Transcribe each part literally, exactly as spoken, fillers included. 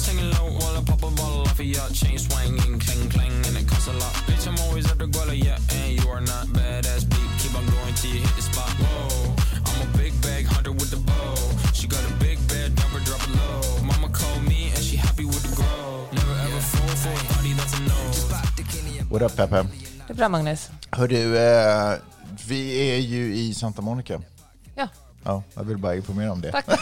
singing low while I pop a bottle off of your chain swinging, clang clang, and it costs a lot. Bitch, I'm always at the guala, yeah, and you are not badass beat. Keep on going till you hit the spot. Whoa, I'm a big bag hunter with the bow. She got a big bed, number drop it low. Mama called me and she happy with the grow. Never ever fall for a body that's a no. What up, Peppe? Det är bra, Magnus. Hör du, eh, vi är ju i Santa Monica. Ja. Ja, jag vill bara informera om det. Tack.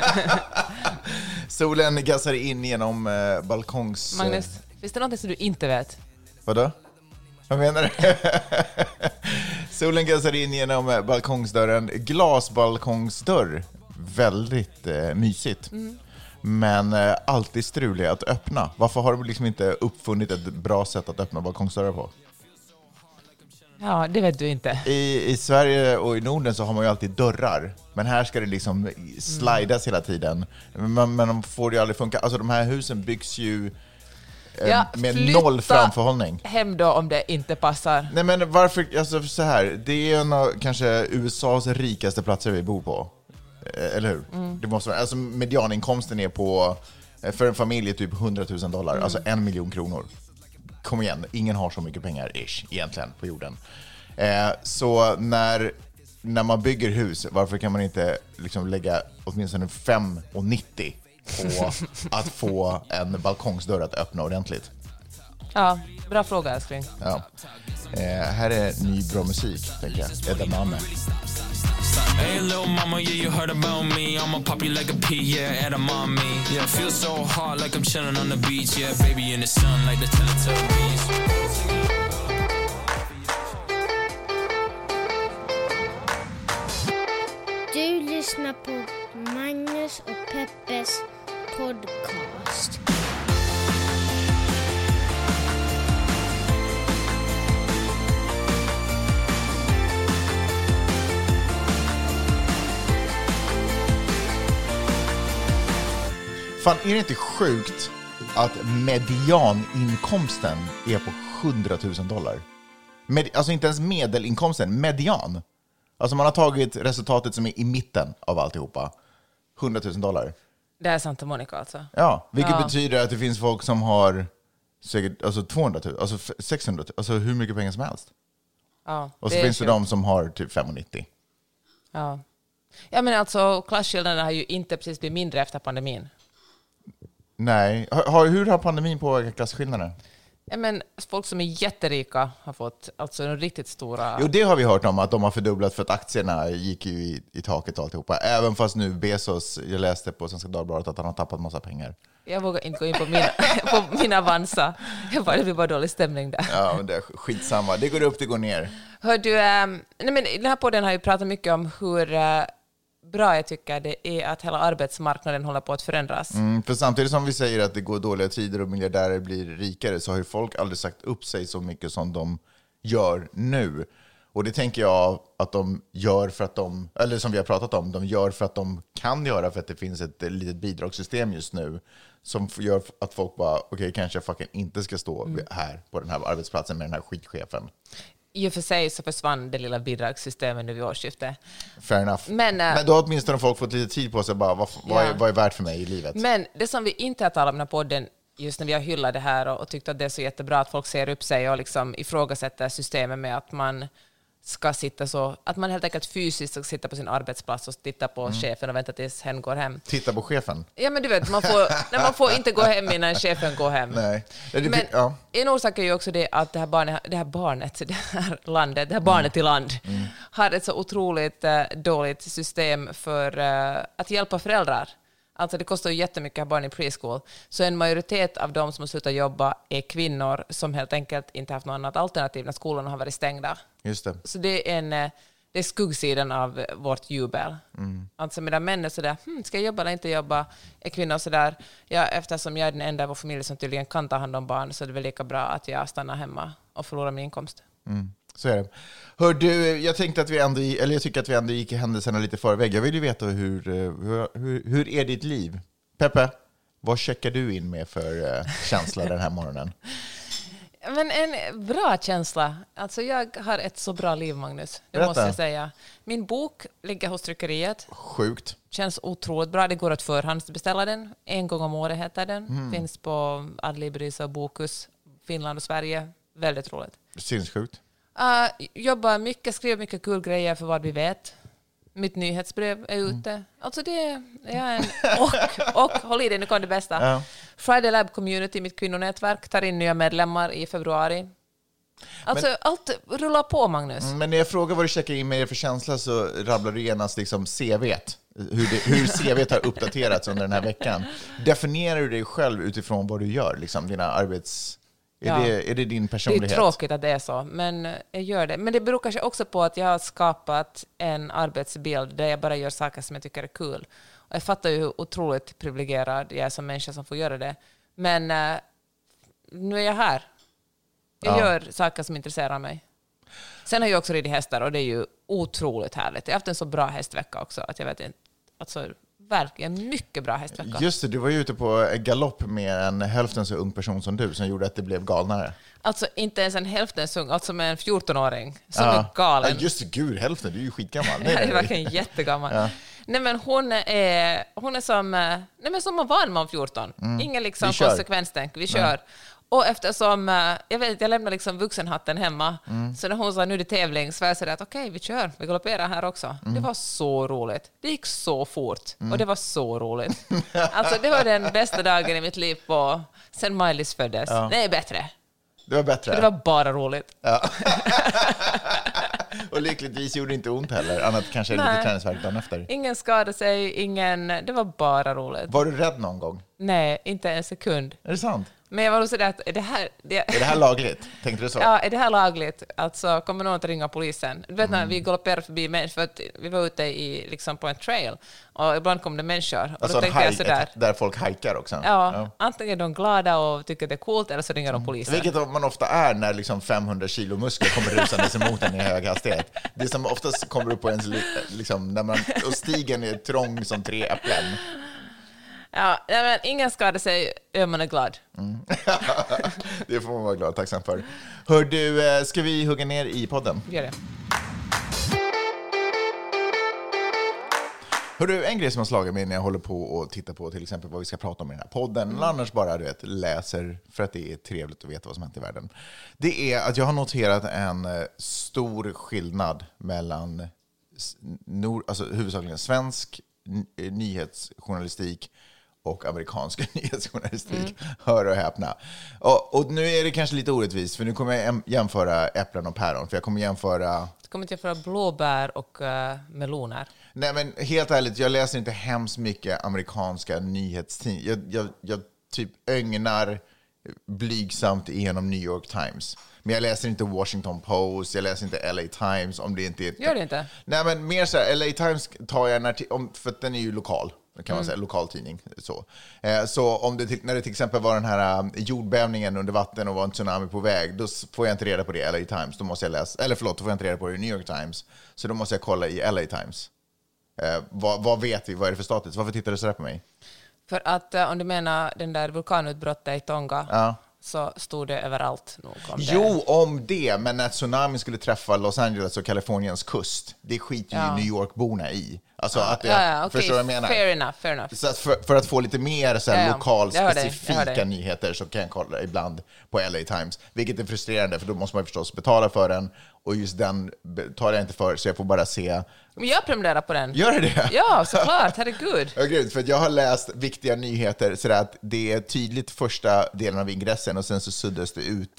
Solen gassar in genom eh, balkongs... Magnus, finns det något som du inte vet? Vadå? Vad menar du? Solen gassar in genom eh, balkongsdörren. Glasbalkongsdörr. Väldigt eh, mysigt. Mm. Men eh, alltid strulig att öppna. Varför har de liksom inte uppfunnit ett bra sätt att öppna balkongsdörrar på? Ja, det vet du inte. I, I Sverige och i Norden så har man ju alltid dörrar. Men här ska det liksom slidas mm. hela tiden. Men, men de får ju aldrig funka. Alltså de här husen byggs ju eh, ja, med noll framförhållning. Hem då om det inte passar. Nej, men varför, alltså så här. Det är en av kanske U S A:s rikaste platser vi bor på. Eh, eller hur? Mm. Det måste vara, alltså medianinkomsten är på, för en familj typ hundratusen dollar. Mm. Alltså en miljon kronor. Kom igen, ingen har så mycket pengar ish, egentligen på jorden. Eh, så när, när man bygger hus, varför kan man inte liksom lägga åtminstone fem och nittio på att få en balkongsdörr att öppna ordentligt? Ja, bra fråga, älskling. Ja. Eh, här är ny bra musik, tänker jag. Edamame. Hey little mama, yeah, you heard about me. I'ma pop you like a pea, yeah, edamame. Yeah, feel so hot like I'm chilling on the beach. Yeah, baby in the sun like the Teletubbies. Du lyssnar på Magnus och Peppes podcast. Fan, är det inte sjukt att medianinkomsten är på hundratusen dollar? Med, alltså inte ens medelinkomsten, median. Alltså man har tagit resultatet som är i mitten av alltihopa. hundratusen dollar. Det är Santa Monica alltså. Ja, vilket ja. betyder att det finns folk som har säkert, alltså tvåhundratusen, alltså sexhundratusen, alltså hur mycket pengar som helst. Ja, och så finns det de som har typ fem nittio. Ja. Ja, men alltså klasskillnaderna har ju inte precis blivit mindre efter pandemin. Nej. Har, hur har pandemin påverkat klasskillnaderna? Ja, men folk som är jätterika har fått alltså en riktigt stora... Jo, det har vi hört om, att de har fördubblat för att aktierna gick ju i, i taket och alltihopa. Även fast nu Bezos, jag läste på Svenska Dagbladet att han har tappat massa pengar. Jag vågar inte gå in på mina, på mina Avanza. Det blir bara dålig stämning där. Ja, men det är skitsamma. Det går upp, det går ner. Hör du, ähm, nej men den här podden har ju pratat mycket om hur... Äh, bra jag tycker det är att hela arbetsmarknaden håller på att förändras. Mm, för samtidigt som vi säger att det går dåliga tider och miljardärer blir rikare, så har ju folk aldrig sagt upp sig så mycket som de gör nu. Och det tänker jag att de gör för att de, eller som vi har pratat om, de gör för att de kan göra, för att det finns ett litet bidragssystem just nu som gör att folk bara, okej, okay, kanske jag fucking inte ska stå mm. här på den här arbetsplatsen med den här skitchefen. I och för sig så försvann det lilla bidragssystemet nu vid årsskiftet. Fair enough. Men, Men då har åtminstone folk fått lite tid på sig. Bara, vad, vad, ja. är, vad är värt för mig i livet? Men det som vi inte har talat om den här podden, just när vi har hyllat det här och, och tyckt att det är så jättebra att folk ser upp sig och liksom ifrågasätter systemet med att man ska sitta så, att man helt enkelt fysiskt ska sitta på sin arbetsplats och titta på mm. chefen och vänta tills hen går hem. Titta på chefen? Ja, men du vet, man får, nej, man får inte gå hem innan chefen går hem. Nej. Det, men ja. en orsak är ju också det att det här barnet, det här barnet, det här landet, det här barnet mm. i land mm. har ett så otroligt uh, dåligt system för uh, att hjälpa föräldrar. Alltså det kostar ju jättemycket att ha barn i preschool. Så en majoritet av de som har slutat jobba är kvinnor som helt enkelt inte haft något annat alternativ när skolorna har varit stängda. Just det. Så det är, en, det är skuggsidan av vårt jubel. Mm. Alltså medan män är sådär, hm, ska jag jobba eller inte jobba? Är kvinnor sådär, ja, eftersom jag är den enda i vår familj som tydligen kan ta hand om barn, så är det väl lika bra att jag stannar hemma och förlorar min inkomst. Mm. Så är det. Hör du, jag tänkte att vi ändå, eller jag tycker att vi ändå gick i händelserna lite förväg. Jag vill ju veta hur, hur, hur, hur är ditt liv? Peppe, vad checkar du in med för uh, känsla den här morgonen? Men en bra känsla. Alltså jag har ett så bra liv, Magnus. Det Berätta. måste jag säga. Min bok ligger hos tryckeriet. Sjukt. Känns otroligt bra. Det går att förhandsbeställa den. En gång om året heter den. Mm. Finns på Adlibris och Bokus, Finland och Sverige. Väldigt roligt. Sinnessjukt. Uh, jobbar mycket, skriver mycket kul grejer för vad vi vet. Mitt nyhetsbrev är ute. Mm. Alltså det är en... Och, och håll i det, nu kom det bästa. Ja. Friday Lab Community, mitt kvinnonätverk, tar in nya medlemmar i februari. Alltså men, allt rullar på, Magnus. Men när jag frågar vad du checkar in med för känsla så rabblar du genast liksom C V:t. Hur, det, hur C V:t har uppdaterats under den här veckan. Definierar du dig själv utifrån vad du gör? Liksom, dina arbets... Är, ja. det, är det din personlighet? Det är tråkigt att det är så, men jag gör det. Men det beror kanske också på att jag har skapat en arbetsbild där jag bara gör saker som jag tycker är kul. Och jag fattar ju hur otroligt privilegierad jag är som människa som får göra det. Men uh, nu är jag här. Jag ja. gör saker som intresserar mig. Sen har jag också ridit hästar och det är ju otroligt härligt. Jag har haft en så bra hästvecka också att jag vet inte... Alltså, verkligen mycket bra hästvecka. Just det, du var ju ute på galopp med en hälften så ung person som du som gjorde att det blev galnare. Alltså inte ens en hälften så ung, alltså med en fjorton-åring som ja. är galen. Ja, just det, gud, hälften, du är ju skitgammal. Nej, jag är verkligen jättegammal. Ja. Nej, men hon är, hon är som, nej, men som man var när man var fjorton. Mm. Ingen liksom konsekvenstänk, vi kör. Nej. Och eftersom, jag vet jag lämnade liksom vuxenhatten hemma, mm. så när hon sa nu är det tävling så var jag så att okej, okay, vi kör, vi galopperar här också. Mm. Det var så roligt. Det gick så fort mm. och det var så roligt. Alltså det var den bästa dagen i mitt liv på sen Miley's föddes. Ja. Nej, bättre. Det var bättre. För det var bara roligt. Ja. Och lyckligtvis gjorde det inte ont heller, annat kanske är lite träningsvärk dagen efter. Ingen skadade sig, ingen, det var bara roligt. Var du rädd någon gång? Nej, inte en sekund. Är det sant? Men jag var också där att är det här... Det... Är det här lagligt? Tänkte du så? Ja, är det här lagligt? Alltså, kommer någon att ringa polisen? Du vet när mm. vi galopperade förbi människor, för att vi var ute i, liksom, på en trail och ibland kom det människor. Och alltså då tänkte haj, jag sådär... Där folk hajkar också? Ja, ja, antingen är de glada och tycker det är coolt eller så ringer de polisen. Vilket man ofta är när liksom femhundra kilo muskler kommer rusande emot en i hög hastighet. Det som oftast kommer upp på ens... Liksom, när man, och stigen är trång som tre äpplen. Ja, men ingen skadar sig, man är glad. Mm. Det får man vara glad, tacksam för. Hör du, ska vi hugga ner i podden? Gör det. Hör du, en grej som har slagit mig när jag håller på och tittar på till exempel vad vi ska prata om i den här podden, eller annars bara du vet, läser för att det är trevligt att veta vad som hänt i världen. Det är att jag har noterat en stor skillnad mellan nord, alltså huvudsakligen svensk nyhetsjournalistik och amerikansk nyhetsjournalistik. Mm. Hör och häpna. Och, och nu är det kanske lite orättvist, för nu kommer jag jämföra äpplen och päron. För jag kommer jämföra... Du kommer jämföra blåbär och uh, meloner. Nej, men helt ärligt, jag läser inte hemskt mycket amerikanska nyhetstidningar. Jag, jag, jag typ ögnar blygsamt igenom New York Times. Men jag läser inte Washington Post, jag läser inte L A Times om det inte är... Gör det inte? Nej, men mer så här, L A Times tar jag när t- om, för att den är ju lokal, kan man mm. säga, lokaltidning. Så, eh, så om det, när det till exempel var den här um, jordbävningen under vatten och var en tsunami på väg, då får jag inte reda på det i L A Times. Då måste jag läsa, eller förlåt, då får jag inte reda på det i New York Times. Så då måste jag kolla i L A Times. Eh, vad, vad vet vi? Vad är det för status? Varför tittar du så där på mig? För att uh, om du menar den där vulkanutbrottet i Tonga... Ja. Så stod det överallt nog om det. Jo, om det, men när tsunamin skulle träffa Los Angeles och Kaliforniens kust, det skiter ja. ju New York-borna i. Alltså ja, att det, ja, ja, okay. Förstår vad jag menar? Fair enough, fair enough. Så att för, för att få lite mer så här, ja, lokal, specifika det. nyheter så kan jag kolla ibland på L A Times. Vilket är frustrerande, för då måste man förstås betala för den. Och just den tar jag inte för, så jag får bara se... Men jag prenumererar på den. Gör det? Ja, såklart. Herregud. Ja, gud, för jag har läst viktiga nyheter så att det är tydligt första delen av ingressen och sen så suddas det ut.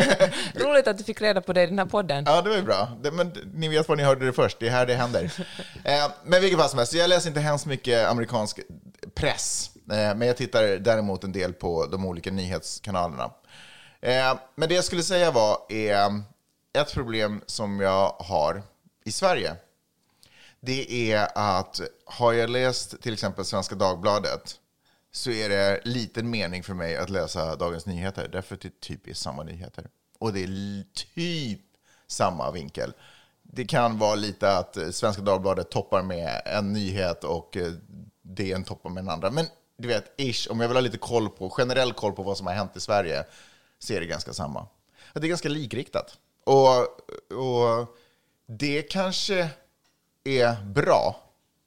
Roligt att du fick reda på det i den här podden. Ja, det var ju bra. Det, men ni vet vad ni hörde det först. Det är här det händer. eh, men vilket fall som helst, så jag läser inte hemskt mycket amerikansk press. Eh, men jag tittar däremot en del på de olika nyhetskanalerna. Eh, men det jag skulle säga var är ett problem som jag har i Sverige. Det är att har jag läst till exempel Svenska Dagbladet så är det liten mening för mig att läsa Dagens Nyheter. Därför att det typ är samma nyheter. Och det är typ samma vinkel. Det kan vara lite att Svenska Dagbladet toppar med en nyhet och D N toppar med en andra. Men du vet, ish, om jag vill ha lite koll på, generell koll på vad som har hänt i Sverige så är det ganska samma. att det är ganska likriktat. Och, och det kanske är bra.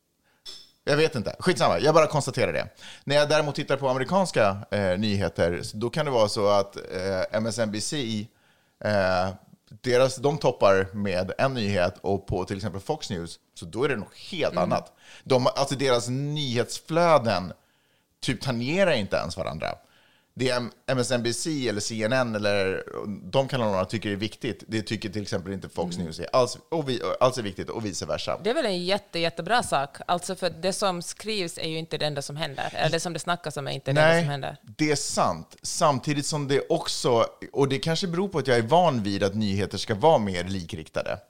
Jag vet inte. Skitsamma, jag bara konstaterar det. När jag däremot tittar på amerikanska eh, nyheter, då kan det vara så att eh, M S N B C, eh, deras, de toppar med en nyhet, och på till exempel Fox News, så då är det något helt mm. annat. De, alltså deras nyhetsflöden typ tangerar inte ens varandra. Det M S N B C eller C N N eller de kanalerna tycker är viktigt, det tycker till exempel inte Fox mm. News är alls, och vi, alls är viktigt, och vice versa. Det är väl en jätte, jättebra sak. Alltså för det som skrivs är ju inte det enda som händer. Eller det som det snackas om är inte det enda som händer. Det är sant. Samtidigt som det också, och det kanske beror på att jag är van vid att nyheter ska vara mer likriktade.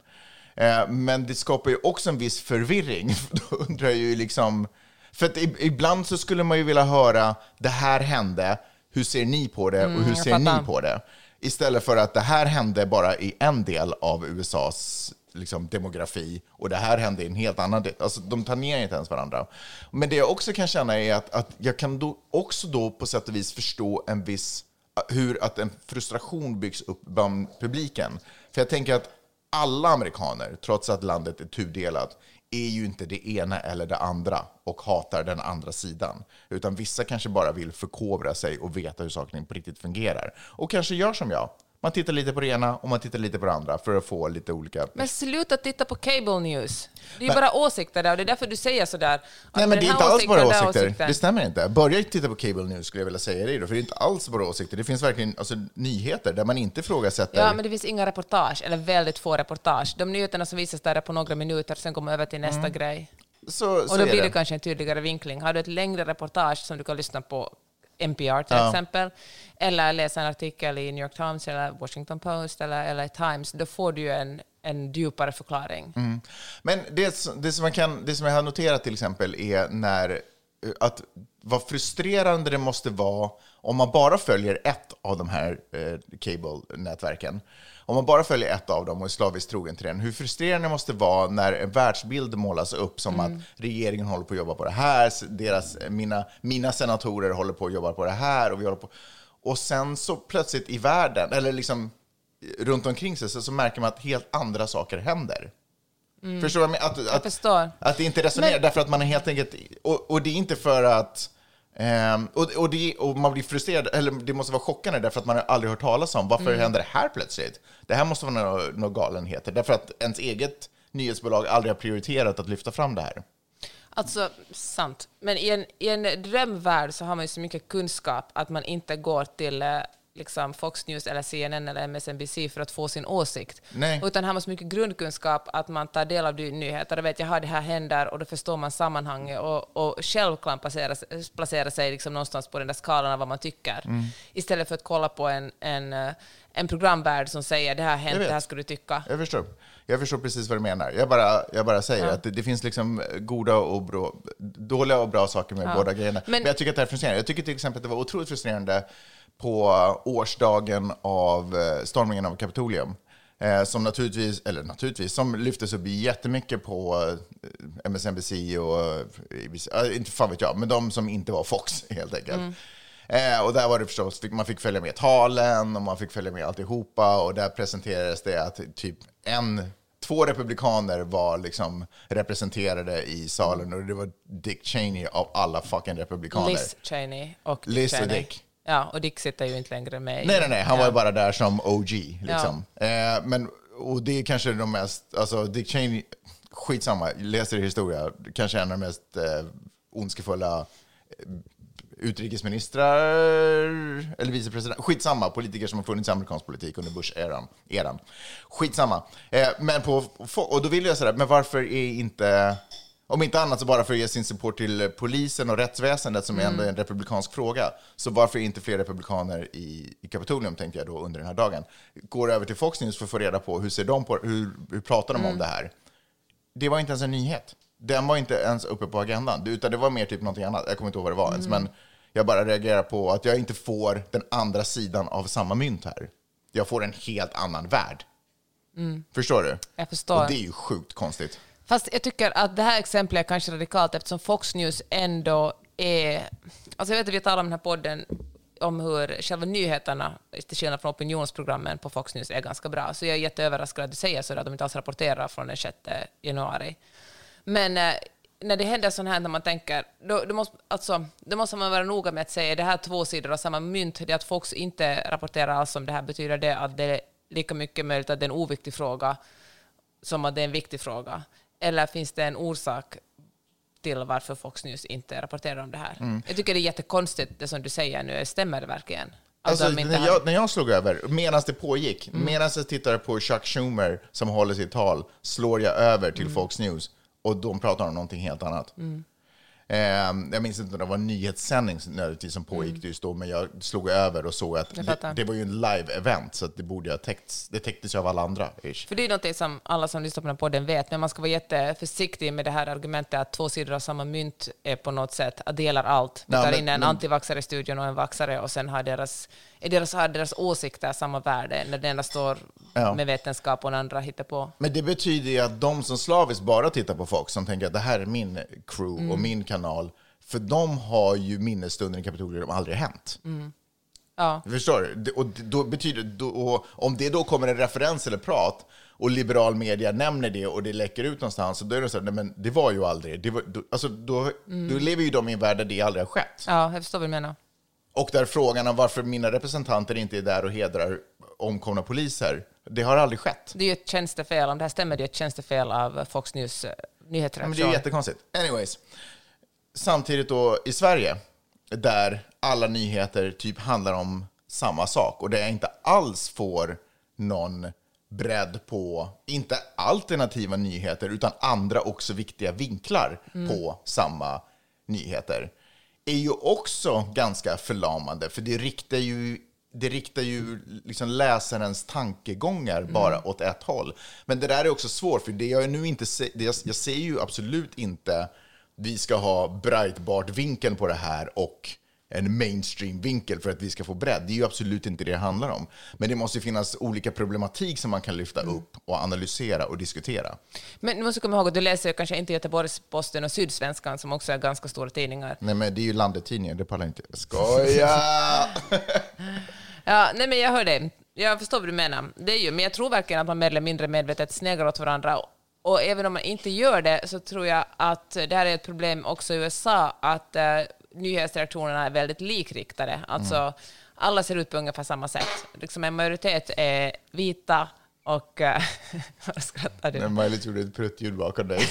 Men det skapar ju också en viss förvirring. Då undrar jag ju liksom, för att ibland så skulle man ju vilja höra det här hände, hur ser ni på det och hur ser mm, ni på det? Istället för att det här hände bara i en del av U S A:s liksom, demografi, och det här hände i en helt annan del. Alltså, de tangerar inte ens varandra. Men det jag också kan känna är att, att jag kan då också då på sätt och vis förstå en viss, hur att en frustration byggs upp bland publiken. För jag tänker att alla amerikaner, trots att landet är tudelat, är ju inte det ena eller det andra och hatar den andra sidan. Utan vissa kanske bara vill förkovra sig och veta hur saker på riktigt fungerar. Och kanske gör som jag. Man tittar lite på det ena och man tittar lite på det andra för att få lite olika... Men sluta titta på cable news. Det är ju bara åsikter där, och det är därför du säger sådär. Nej, men det är inte alls bara åsikter. åsikter. Det stämmer inte. Börja titta på cable news, skulle jag vilja säga det då. För det är inte alls bara åsikter. Det finns verkligen alltså, nyheter där man inte ifrågasätter... Ja, men det finns inga reportage, eller väldigt få reportage. De nyheterna som visas där är på några minuter, sen kommer över till nästa mm. grej. Så, och så då blir det. det kanske en tydligare vinkling. Har du ett längre reportage som du kan lyssna på N P R till ja. exempel, eller läsa en artikel i New York Times eller Washington Post eller L A Times, då får du ju en, en djupare förklaring. Mm. Men det, det, som man kan, det som jag har noterat till exempel är när att vad frustrerande det måste vara om man bara följer ett av de här eh, cable-nätverken. Om man bara följer ett av dem och är slaviskt trogen till den, hur frustrerande det måste vara när en världsbild målas upp som mm. att regeringen håller på att jobba på det här, deras, mina, mina senatorer håller på att jobba på det här, och vi håller på. Och sen så plötsligt i världen, eller liksom runt omkring sig, så, så märker man att helt andra saker händer. Mm. Förstår du? Att, att, jag förstår. Att det inte resonerar, men... därför att man är helt enkelt... Och, och det är inte för att... Um, och, och, det, och man blir frustrerad, eller det måste vara chockande därför att man har aldrig hört talas om varför mm. händer det här plötsligt. Det här måste vara några, några galenheter, därför att ens eget nyhetsbolag aldrig har prioriterat att lyfta fram det här. Alltså, sant. Men i en, i en drömvärld så har man ju så mycket kunskap att man inte går till liksom Fox News eller C N N eller M S N B C för att få sin åsikt. Nej. Utan har man så mycket grundkunskap att man tar del av de nyheter och vet, jag har det här händer, och då förstår man sammanhanget och, och själv kan placera, placera sig liksom någonstans på den där skalan av vad man tycker. Mm. Istället för att kolla på en, en, en programvärld som säger det här har hänt, det här ska du tycka. Jag förstår. Jag förstår precis vad du menar. Jag bara, jag bara säger ja. att det, det finns liksom goda och bra, dåliga och bra saker med ja. båda grejerna. Men, Men jag tycker att det är frustrerande. Jag tycker till exempel att det var otroligt frustrerande på årsdagen av stormningen av Kapitolium. Eh, som naturligtvis, eller naturligtvis, som lyftes upp jättemycket på eh, M S N B C och, eh, inte fan vet jag, men de som inte var Fox helt enkelt. Mm. Eh, och där var det förstås, man fick följa med talen och man fick följa med alltihopa, och där presenterades det att typ en, två republikaner var liksom representerade i salen, och det var Dick Cheney av alla fucking republikaner. Liz Cheney och Dick Liz Cheney. och Dick. Ja, och Dick sitter ju inte längre med. Nej, nej, nej. Han ja. var ju bara där som O G. Liksom. Ja. Eh, men, och det är kanske de mest... Alltså, Dick Cheney, skitsamma, läser i historia, kanske en av de mest eh, ondskefulla eh, utrikesministrar eller vicepresident. Skitsamma, politiker som har funnits i amerikansk politik under Bush-eran. Eran. Skitsamma. Eh, men på, och då vill jag säga, men varför är inte... Om inte annat så bara för att ge sin support till polisen och rättsväsendet som är ändå en republikansk fråga. Så varför är inte fler republikaner i, i Kapitolium, tänkte jag då under den här dagen. Går över till Fox News för att få reda på hur ser de på, hur, hur pratar de mm. om det här. Det var inte ens en nyhet. Den var inte ens uppe på agendan. Utan det var mer typ någonting annat. Jag kommer inte ihåg vad det var mm. ens. Men jag bara reagerar på att jag inte får den andra sidan av samma mynt här. Jag får en helt annan värld. Mm. Förstår du? Jag förstår. Och det är ju sjukt konstigt. Fast jag tycker att det här exemplet är kanske radikalt eftersom Fox News ändå är... Alltså jag vet att vi talar om den här podden om hur själva nyheterna, till skillnad från opinionsprogrammen på Fox News, är ganska bra. Så jag är jätteöverraskad att du säger så, att de inte alls rapporterar från den sjätte januari. Men eh, när det händer sånt här, när man tänker, då, då, måste, alltså, då måste man vara noga med att säga det här två sidor av samma mynt. Det att Fox inte rapporterar alls om det här, betyder det att det är lika mycket möjligt att det är en oviktig fråga som att det är en viktig fråga? Eller finns det en orsak till varför Fox News inte rapporterar om det här? Mm. Jag tycker det är jättekonstigt det som du säger nu. Stämmer det verkligen? Alltså, alltså, när, jag, när jag slog över, medan det pågick, mm. medan jag tittade på Chuck Schumer som håller sitt tal, slår jag över till mm. Fox News och de pratar om någonting helt annat. Mm. Eh, jag minns inte om det var en nyhetssändning som pågick mm. just då, men jag slog över och såg att det, det var ju en live-event, så att det borde ha täckts, det täcktes av alla andra. Ish. För det är något som alla som lyssnar på den podden vet, men man ska vara jätteförsiktig med det här argumentet att två sidor av samma mynt är på något sätt att delar allt. Vi tar ja, men, in en men, antivaxare i studion och en vaxare, och sen har deras, är deras, har deras åsikter samma värde när den ena står ja. med vetenskap och den andra hittar på. Men det betyder ju att de som slaviskt bara tittar på Fox, som tänker att det här är min crew mm. och min kanal, för de har ju minnesstunder i Kapitolium som aldrig hänt. Mm. Ja. Förstår du? Och då betyder, då, och om det då kommer en referens eller prat och liberal media nämner det och det läcker ut någonstans, så då är det så här, nej men det var ju aldrig. Det var, då, alltså då, mm. då lever ju de i en värld där det aldrig har skett. Ja, jag förstår vad du menar. Och där frågan om varför mina representanter inte är där och hedrar omkomna poliser, det har aldrig skett. Det är ju ett tjänstefel. Om det här stämmer, det är ett tjänstefel av Fox News nyheter. Men det är ju jättekonstigt. Anyways. Samtidigt då i Sverige, där alla nyheter typ handlar om samma sak och där jag inte alls får någon bredd på, inte alternativa nyheter utan andra också viktiga vinklar mm. på samma nyheter, är ju också ganska förlamande, för det riktar ju det riktar ju liksom läsarens tankegångar bara mm. åt ett håll. Men det där är också svårt, för det jag nu inte se, det jag, jag ser ju absolut inte vi ska ha Breitbart-vinkeln på det här och en mainstream-vinkel för att vi ska få bredd. Det är ju absolut inte det det handlar om. Men det måste finnas olika problematik som man kan lyfta mm. upp och analysera och diskutera. Men du måste komma ihåg att du läser kanske inte Göteborgs-Posten och Sydsvenskan, som också är ganska stora tidningar. Nej, men det är ju landetidningar, det pallar inte. Skoja! Ja, nej, men jag hör det. Jag förstår vad du menar. Det är ju, men jag tror verkligen att man mer eller mindre medvetet sneglar åt varandra. Och även om man inte gör det, så tror jag att det här är ett problem också i U S A, att uh, nyhetsredaktionerna är väldigt likriktade. Alltså, mm. alla ser ut på ungefär samma sätt. Liksom en majoritet är vita och... Uh, vad skrattar du? Men Miley gjorde ett pruttljud bakom dig.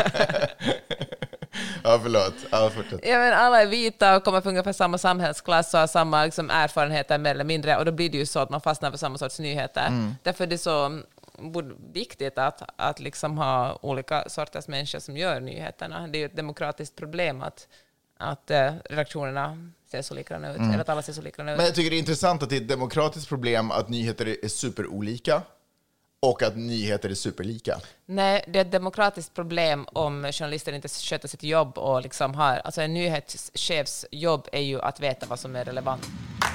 Ja, förlåt. Ja, fortsätt. Ja, men alla är vita och kommer från ungefär samma samhällsklass och har samma liksom, erfarenheter mer eller mindre. Och då blir det ju så att man fastnar för samma sorts nyheter. Mm. Därför är det så viktigt att, att liksom ha olika sorters människor som gör nyheterna. Det är ju ett demokratiskt problem att, att eh, redaktionerna ser så likadana ut. Mm. Eller att alla ser så likadana ut. Men jag tycker det är intressant att det är ett demokratiskt problem att nyheter är superolika och att nyheter är superlika. Nej, det är ett demokratiskt problem om journalister inte sköter sitt jobb och liksom har... Alltså en nyhetschefs jobb är ju att veta vad som är relevant.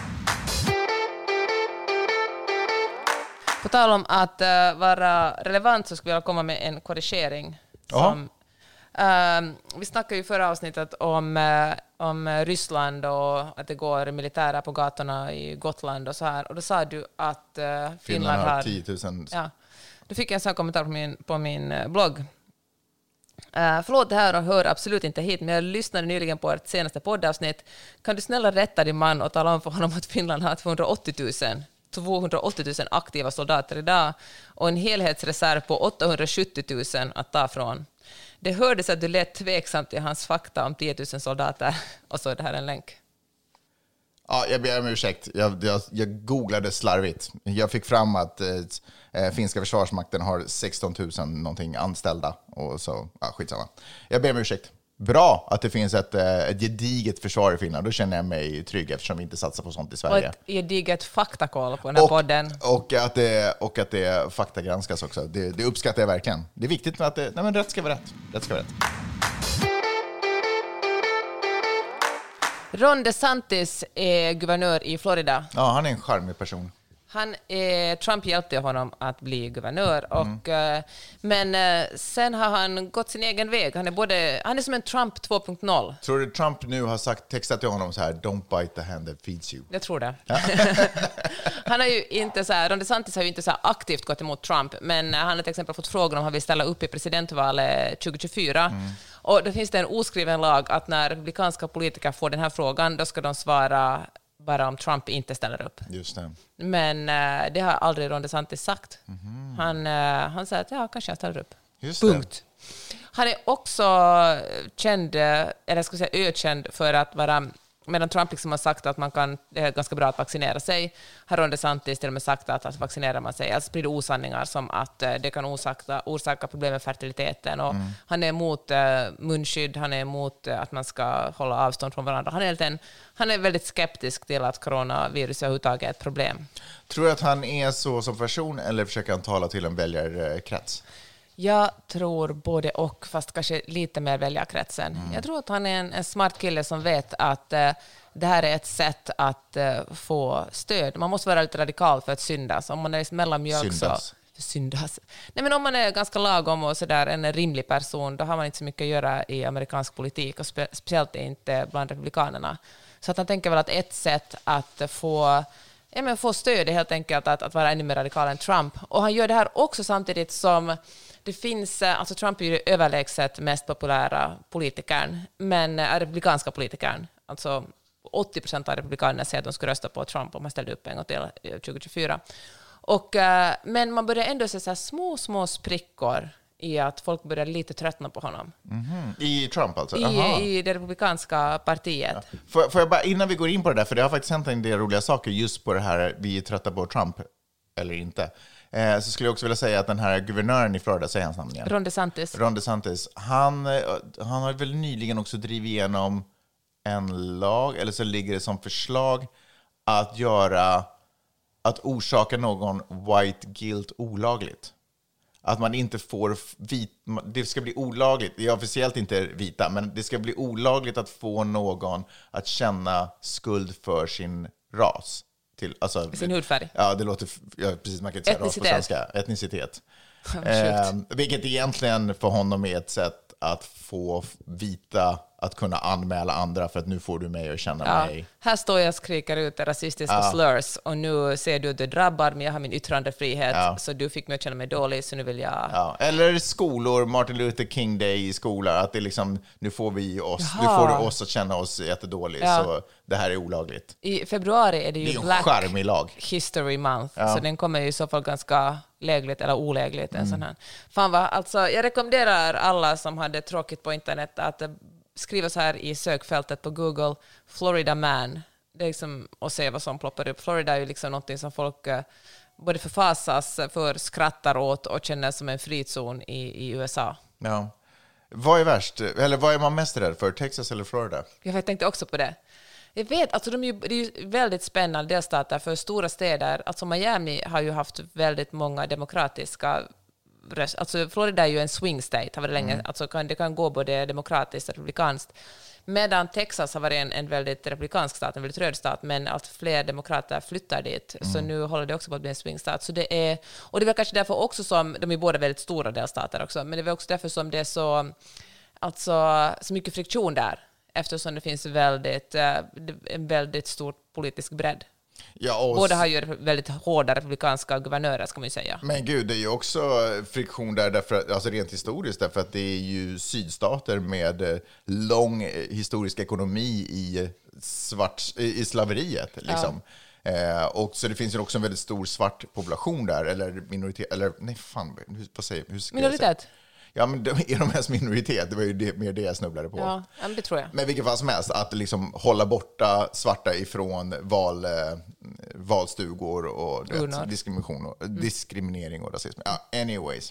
På tal om att uh, vara relevant, så skulle jag komma med en korrigering. Som, uh, vi snackade ju förra avsnittet om, uh, om Ryssland och att det går militärer på gatorna i Gotland och så här. Och då sa du att uh, Finland, Finland har tio tusen. Ja, då fick jag en sån kommentar på min, på min uh, blogg. Uh, förlåt, det här och hör absolut inte hit, men jag lyssnade nyligen på ert senaste poddavsnitt. Kan du snälla rätta din man och tala om för honom att Finland har tvåhundraåttio tusen aktiva soldater idag och en helhetsreserv på åttahundrasjuttio tusen att ta från. Det hördes att du lät tveksamt i hans fakta om tio tusen soldater, och så är det här en länk. Ja, jag ber om ursäkt. Jag, jag, jag googlade slarvigt. Jag fick fram att eh, finska försvarsmakten har sexton tusen någonting anställda, och så, ja, skitsamma. Jag ber om ursäkt. Bra att det finns ett, ett gediget försvar i Finland. Då känner jag mig trygg, eftersom vi inte satsar på sånt i Sverige. Och ett gediget faktakoll på den här och, podden. Och att det, och att det faktagranskas också. Det, det uppskattar jag verkligen. Det är viktigt med att det, nej men rätt ska vara rätt. Rätt ska vara rätt. Ron DeSantis är guvernör i Florida. Ja, han är en charmig person. Han är, Trump hjälpte honom att bli guvernör, och, mm. men sen har han gått sin egen väg. Han är, både, han är som en Trump två punkt noll. Tror du Trump nu har sagt, textat till honom så här, don't bite the hand that feeds you? Jag tror det. Ja. Han har ju inte så här, Ron DeSantis har ju inte så här aktivt gått emot Trump, men han har till exempel fått frågan om han vill ställa upp i presidentvalet tjugo tjugofyra. Mm. Och då finns det en oskriven lag att när republikanska politiker får den här frågan, då ska de svara bara om Trump inte ställer upp. Just det. Men uh, det har aldrig Ron DeSantis sagt. Mm-hmm. Han, uh, han säger att ja, kanske jag ställer upp. Just Punkt. Det. Han är också känd, eller ska jag säga ökänd, för att vara, medan Trump liksom har sagt att man kan, det är ganska bra att vaccinera sig, har Ron DeSantis till och med sagt att, att vaccinerar man sig, alltså sprider osanningar som att uh, det kan orsaka, orsaka problem med fertiliteten. Och mm. Han är emot uh, munskydd, han är emot uh, att man ska hålla avstånd från varandra. Han är, en, han är väldigt skeptisk till att coronavirus överhuvudtaget är ett problem. Tror du att han är så som person, eller försöker han tala till en väljarkrets? Jag tror både och, fast kanske lite mer väljarkretsen. Mm. Jag tror att han är en, en smart kille som vet att uh, det här är ett sätt att uh, få stöd. Man måste vara lite radikal för att syndas. Om man är mellanmjölk syndas. så... Syndas. Nej, men om man är ganska lagom och så där, en rimlig person, då har man inte så mycket att göra i amerikansk politik, och spe, speciellt inte bland republikanerna. Så att han tänker väl att ett sätt att få... Ja, men få stöd är helt enkelt att, att vara ännu mer radikal än Trump. Och han gör det här också samtidigt som det finns, alltså Trump är ju överlägset mest populära politikern, men är republikanska politikern. Alltså åttio procent av republikanerna säger att de skulle rösta på Trump om man ställde upp en gång till tjugo tjugofyra. Och, men man börjar ändå se så här små, små sprickor i att folk börjar lite tröttna på honom. Mm-hmm. I Trump alltså? I, I det republikanska partiet. Ja. Får, får jag bara, innan vi går in på det där, för det har faktiskt hänt en del roliga saker just på det här, vi är trötta på Trump eller inte. Eh, så skulle jag också vilja säga att den här guvernören i Florida, säger hans namn igen. Ron DeSantis. Ron DeSantis. Han, han har väl nyligen också drivit igenom en lag, eller så ligger det som förslag att göra, att orsaka någon white guilt olagligt. Att man inte får vit, det ska bli olagligt, det är officiellt inte vita, men det ska bli olagligt att få någon att känna skuld för sin ras. Till, alltså, sin hudfärg. Ja, det låter, ja, precis, man kan inte säga ras på svenska. Etnicitet. eh, vilket egentligen för honom är ett sätt att få vita att kunna anmäla andra för att nu får du mig att känna ja, mig. Här står jag och skriker ut rasistiska ja. slurs och nu ser du att du drabbar men jag har min yttrandefrihet ja. så du fick mig att känna mig dålig så nu vill jag... Ja. Eller skolor, Martin Luther King Day i skolan, att det är liksom, nu får vi oss, Jaha. nu får du oss att känna oss jättedålig ja. så det här är olagligt. I februari är det ju det är Black lag. History Month ja. så den kommer ju i så fall ganska lägligt eller olägligt en mm. sån här. Fan vad, alltså jag rekommenderar alla som hade tråkigt på internet att skriva så här i sökfältet på Google Florida man. Det är liksom, och se vad som ploppar upp. Florida är ju liksom något som folk eh, både förfasas för, skrattar åt och känner som en frizon i, i U S A. Ja. Vad är värst? Eller vad är man mest rädd för? Texas eller Florida? Jag tänkte också på det. Jag vet, alltså de är ju, det är ju väldigt spännande delstater för stora städer. Alltså Miami har ju haft väldigt många demokratiska röst. Alltså Florida är ju en swing state, har varit länge. Mm. Alltså kan, det kan gå både demokratiskt och republikanskt. Medan Texas har varit en, en väldigt republikansk stat, en väldigt röd stat, men allt fler demokrater flyttar dit. Mm. Så nu håller det också på att bli en swing stat. Så det är, och det är väl kanske därför också som, de är båda väldigt stora delstater också, men det är väl också därför som det är så, alltså, så mycket friktion där. Eftersom det finns väldigt, en väldigt stor politisk bredd. Ja, och båda har ju väldigt hårda republikanska guvernörer, ska man ju säga. Men gud, det är ju också friktion där, därför att, alltså rent historiskt, därför att det är ju sydstater med lång historisk ekonomi i, svart, i slaveriet. Liksom. Ja. Eh, och så det finns ju också en väldigt stor svart population där, eller minoritet, eller nej fan, vad säger hur ska minoritet? Jag säga? Ja, men de, är de ens minoritet? Det var ju det, mer det jag snubblade på. Ja, men det tror jag. Men vilket fall som helst, att liksom hålla borta svarta ifrån val, eh, valstugor och vet, diskrimination och, mm. diskriminering och rasism. Ja, anyways.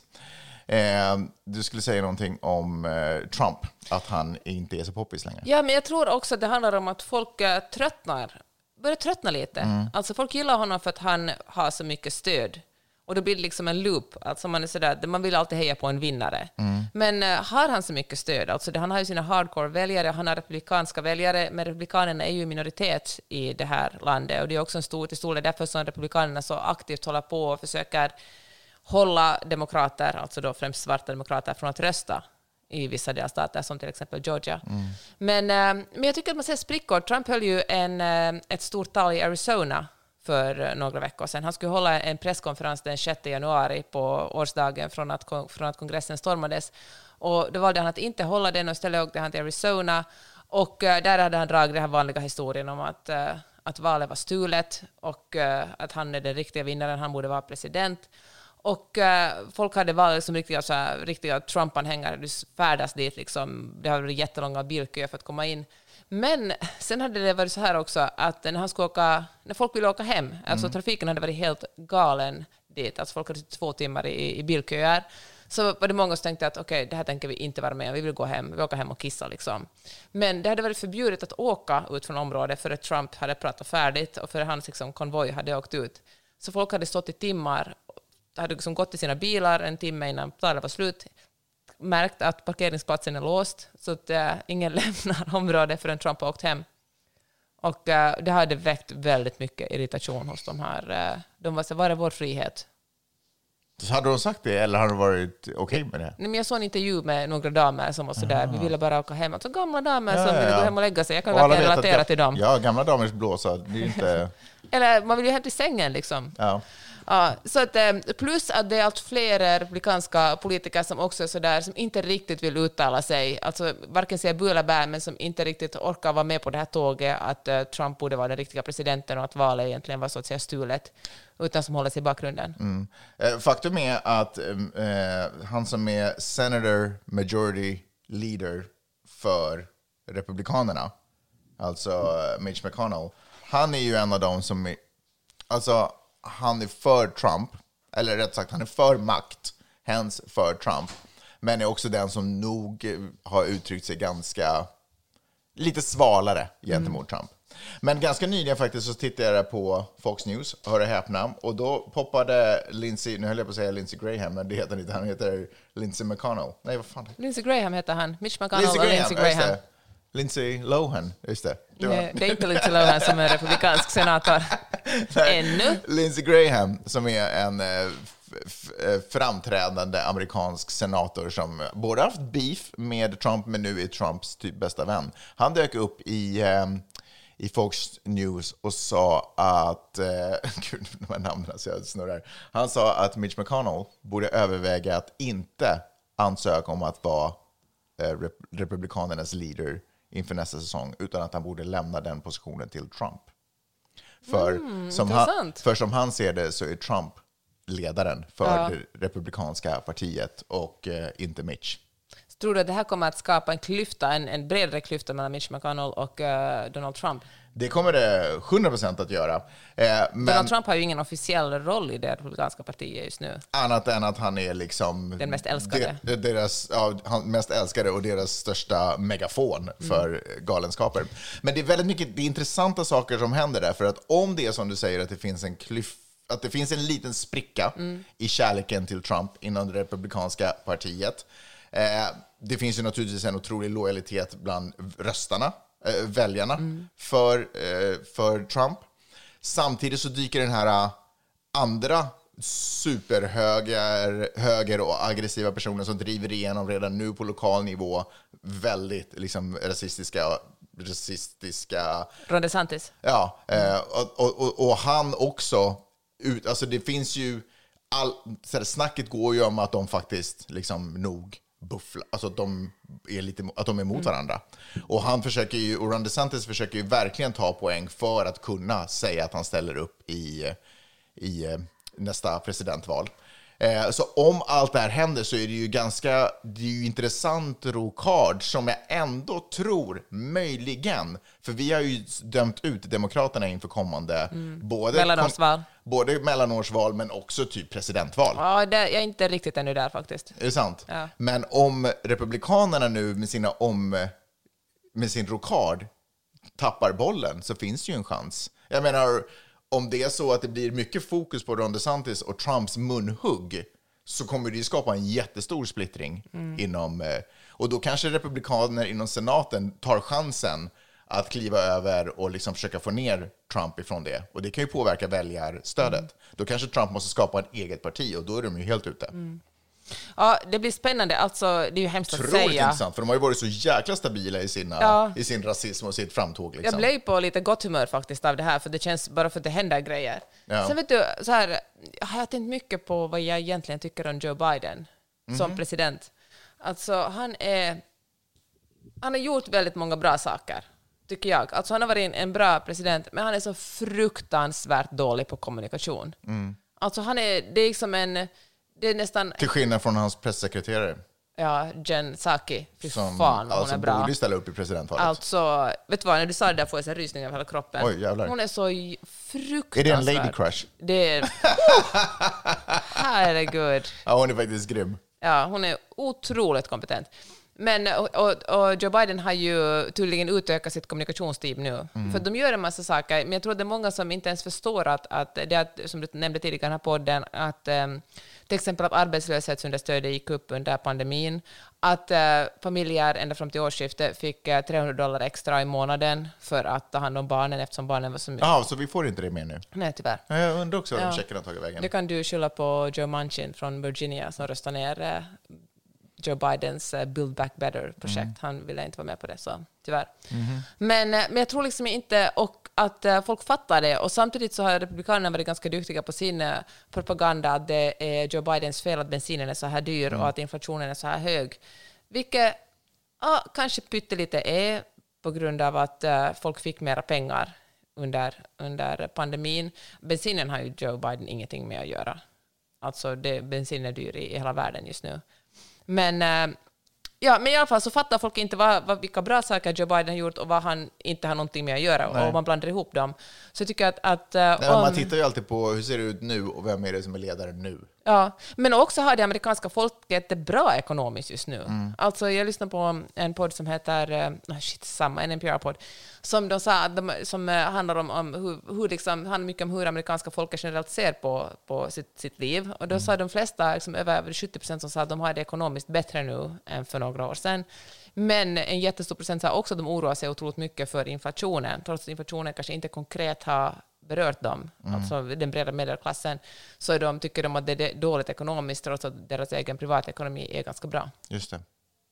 Eh, du skulle säga någonting om eh, Trump, att han inte är så poppis längre. Ja, men jag tror också att det handlar om att folk eh, tröttnar, börjar tröttna lite. Mm. Alltså folk gillar honom för att han har så mycket stöd. Och då blir det liksom en loop. Alltså man, är sådär, man vill alltid heja på en vinnare. Mm. Men uh, har han så mycket stöd? Alltså det, han har ju sina hardcore-väljare, han har republikanska väljare, men republikanerna är ju minoritet i det här landet. Och det är också en stor till stor del därför som republikanerna så aktivt håller på och försöker hålla demokrater, alltså då främst svarta demokrater, från att rösta i vissa delstater, som till exempel Georgia. Mm. Men, uh, men jag tycker att man ser sprickor. Trump höll ju en, uh, ett stort tal i Arizona för några veckor sedan. Han skulle hålla en presskonferens den sjätte januari på årsdagen från att, från att kongressen stormades. Och då valde han att inte hålla den och istället åkte han till Arizona. Och uh, där hade han dragit den här vanliga historien om att, uh, att valet var stulet och uh, att han är den riktiga vinnaren, han borde vara president. Och uh, folk hade varit som riktiga, så här, riktiga Trump-anhängare. Du färdas dit, liksom, det har varit jättelånga bilköer för att komma in. Men sen hade det varit så här också att när, han skulle åka, när folk ville åka hem, mm. alltså trafiken hade varit helt galen dit, alltså folk hade två timmar i, i bilköer, så var det många som tänkte att okej, okay, det här tänker vi inte vara med, vi vill gå hem, vi åker hem och kissa liksom. Men det hade varit förbjudet att åka ut från området för att Trump hade pratat färdigt och för att hans liksom, konvoj hade åkt ut. Så folk hade stått i timmar, hade liksom gått till sina bilar en timme innan talet var slut, märkt att parkeringsplatsen är låst så att uh, ingen lämnar området förrän Trump har åkt hem. Och uh, det hade väckt väldigt mycket irritation hos de här. Uh, de var så, var är vår frihet? Så hade de sagt det eller hade det varit okej okay med det? Nej, men jag såg en intervju med några damer som var så där, vi ville bara åka hem. Alltså gamla damer ja, som ja, ville ja. gå hem och lägga sig. Jag kan och verkligen relatera till dem. Ja, gamla damers blåsa, det är inte... Eller man vill ju hem till sängen liksom. Ja. Ja, så att, plus att det är allt fler republikanska politiker som också är så där, som inte riktigt vill uttala sig, alltså varken säga bu eller bä, men som inte riktigt orkar vara med på det här tåget att uh, Trump borde vara den riktiga presidenten och att valet egentligen var så att säga stulet, utan som håller sig i bakgrunden. Mm. Eh, faktum är att eh, han som är senator majority leader för republikanerna, alltså uh, Mitch McConnell, han är ju en av dem som är, alltså han är för Trump, eller rätt sagt han är för makt, hens för Trump, men är också den som nog har uttryckt sig ganska lite svalare gentemot mm. Trump. Men ganska nyligen faktiskt så tittade jag på Fox News, hör det häpna, och då poppade Lindsey, nu höll jag på att säga Lindsey Graham, men det heter han inte, han heter Lindsey McConnell. Nej, vad fan? Lindsey Graham heter han, Mitch McConnell Lindsey och Graham, Lindsey Graham. Lindsay Lohan, just det. Det, Nej, det är inte Lindsay Lohan som är republikansk senator. Ännu. Lindsey Graham, som är en f- f- framträdande amerikansk senator som både haft beef med Trump, men nu är Trumps typ bästa vän. Han dök upp i, eh, i Fox News och sa att... Eh, gud, de här namnen så jag snurrar. Han sa att Mitch McConnell borde överväga att inte ansöka om att vara eh, rep- republikanernas leader inför nästa säsong, utan att han borde lämna den positionen till Trump. För, mm, som, han, för som han ser det så är Trump ledaren för ja. det republikanska partiet och eh, inte Mitch. Så tror du att det här kommer att skapa en klyfta, en, en bredare klyfta mellan Mitch McConnell och uh, Donald Trump? Det kommer det hundra procent att göra. Eh, men Donald Trump har ju ingen officiell roll i det republikanska partiet just nu. Annat än att han är liksom... den mest älskade. De, deras, ja, han mest älskade och deras största megafon för mm. galenskaper. Men det är väldigt mycket det är intressanta saker som händer där. För att om det är som du säger att det finns en klyfta, att det finns en liten spricka mm. i kärleken till Trump inom det republikanska partiet. Eh, det finns ju naturligtvis en otrolig lojalitet bland röstarna, eh, väljarna mm. för, eh, för Trump. Samtidigt så dyker den här andra superhöger höger och aggressiva personer som driver igenom redan nu på lokal nivå väldigt liksom rasistiska rasistiska Ron DeSantis. Ja, eh, och, och, och han också ut, alltså det finns ju all, så här, snacket går ju om att de faktiskt liksom nog buffla, alltså att de är lite att de är mot varandra. Och han försöker ju, och Ron DeSantis försöker ju verkligen ta poäng för att kunna säga att han ställer upp i i nästa presidentval. Eh, så om allt det här händer så är det ju ganska det är ju intressant rokard som jag ändå tror möjligen, för vi har ju dömt ut demokraterna inför kommande mm. både mellanårsval. Kom, både mellanårsval men också typ presidentval. Ja, det, jag är inte riktigt ännu där faktiskt. Är det sant? Ja. Men om republikanerna nu med sina om med sin rokard tappar bollen så finns det ju en chans. Jag menar, om det är så att det blir mycket fokus på Ron DeSantis och Trumps munhugg, så kommer det ju skapa en jättestor splittring mm. inom, och då kanske republikaner inom senaten tar chansen att kliva över och liksom försöka få ner Trump ifrån det. Och det kan ju påverka väljarstödet. Mm. Då kanske Trump måste skapa ett eget parti och då är de ju helt ute. Mm. Ja, det blir spännande. Alltså, det är ju hemskt att säga. Otroligt intressant, för de har ju varit så jäkla stabila i, sina, ja. i sin rasism och sitt framtåg. Liksom. Jag blev på lite gott humör faktiskt av det här, för det känns bara för att det händer grejer. Ja. Sen vet du, så här, jag har tänkt mycket på vad jag egentligen tycker om Joe Biden mm-hmm. som president. Alltså, han är... Han har gjort väldigt många bra saker, tycker jag. Alltså, han har varit en, en bra president, men han är så fruktansvärt dålig på kommunikation. Mm. Alltså, han är... Det är liksom en... Det är nästan... Till skillnad från hans pressekreterare. Ja, Jen Psaki. Fy som fan, hon alltså är bra. Borde ställa upp i presidentvalet. Alltså, vet du vad, när du sa det där får jag så rysning över hela kroppen. Oj, jävlar. Hon är så fruktansvärd. Är det en lady crush? Det är... Herregud. Ja, hon är faktiskt grym. Ja, hon är otroligt kompetent. Men, och, och, och Joe Biden har ju tydligen utökat sitt kommunikationsteam nu. Mm. För de gör en massa saker, men jag tror att det är många som inte ens förstår att, att det att, som du nämnde tidigare i den här podden, att um, till exempel att arbetslöshetsunderstödet gick upp under pandemin, att uh, familjer ända fram till årsskiftet fick uh, trehundra dollar extra i månaden för att ta hand om barnen, eftersom barnen var så mycket. Ja, så vi får inte det mer nu? Nej, tyvärr. Ja, jag undrar också hur ja. de checkarna tagit vägen. Det kan du skylla på Joe Manchin från Virginia som röstar ner uh, Joe Bidens uh, Build Back Better-projekt. Mm. Han ville inte vara med på det, så tyvärr. Mm. Men, uh, men jag tror liksom inte och att uh, folk fattar det. Och samtidigt så har republikanerna varit ganska duktiga på sin uh, propaganda att det är Joe Bidens fel att bensinen är så här dyr mm. och att inflationen är så här hög. Vilket uh, kanske pyttelite är på grund av att uh, folk fick mera pengar under, under pandemin. Bensinen har ju Joe Biden ingenting med att göra. Alltså det, bensin är dyr i, i hela världen just nu. Men, äh, ja, men i alla fall så fattar folk inte vad, vad, vilka bra saker Joe Biden har gjort och vad han inte har någonting med att göra. Nej. Och man blandar ihop dem. Så jag tycker att... att äh, Nej, om... Man tittar ju alltid på hur ser det ut nu och vem är det som är ledare nu. Ja, men också har det amerikanska folket det bra ekonomiskt just nu. Mm. Alltså jag lyssnar på en podd som heter uh, shit, samma, en N P R-podd som de sa, de, som uh, handlar om, om hur, hur liksom, handlar mycket om hur amerikanska folket generellt ser på, på sitt, sitt liv. Och då mm. sa de flesta, liksom, över sjuttio procent som sa att de har det ekonomiskt bättre nu än för några år sedan. Men en jättestor procent sa också att de oroar sig otroligt mycket för inflationen, trots att inflationen kanske inte konkret har berört dem, mm. alltså den breda medelklassen, så de tycker de att det är dåligt ekonomiskt trots att deras egen privatekonomi är ganska bra. Just det.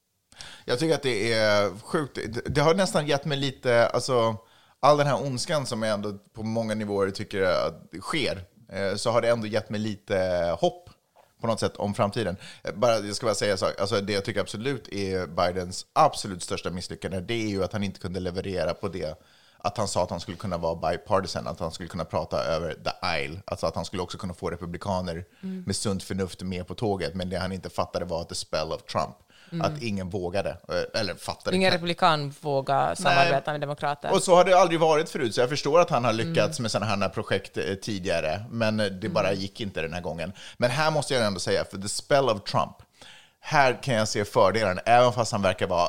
Jag tycker att det är sjukt. Det har nästan gett mig lite, alltså all den här ondskan som jag ändå på många nivåer tycker att sker, så har det ändå gett mig lite hopp på något sätt om framtiden. Bara, jag ska bara säga så, alltså det jag tycker absolut är Bidens absolut största misslyckande, det är ju att han inte kunde leverera på det. Att han sa att han skulle kunna vara bipartisan, att han skulle kunna prata över the aisle, alltså att han skulle också kunna få republikaner mm. med sunt förnuft med på tåget, men det han inte fattade var the spell of Trump. Mm. Att ingen vågade, eller fattade. Ingen republikan vågar samarbeta med demokrater. Och så har det aldrig varit förut, så jag förstår att han har lyckats mm. med sådana här projekt tidigare, men det bara mm. gick inte den här gången. Men här måste jag ändå säga, för the spell of Trump, här kan jag se fördelen, även fast han verkar vara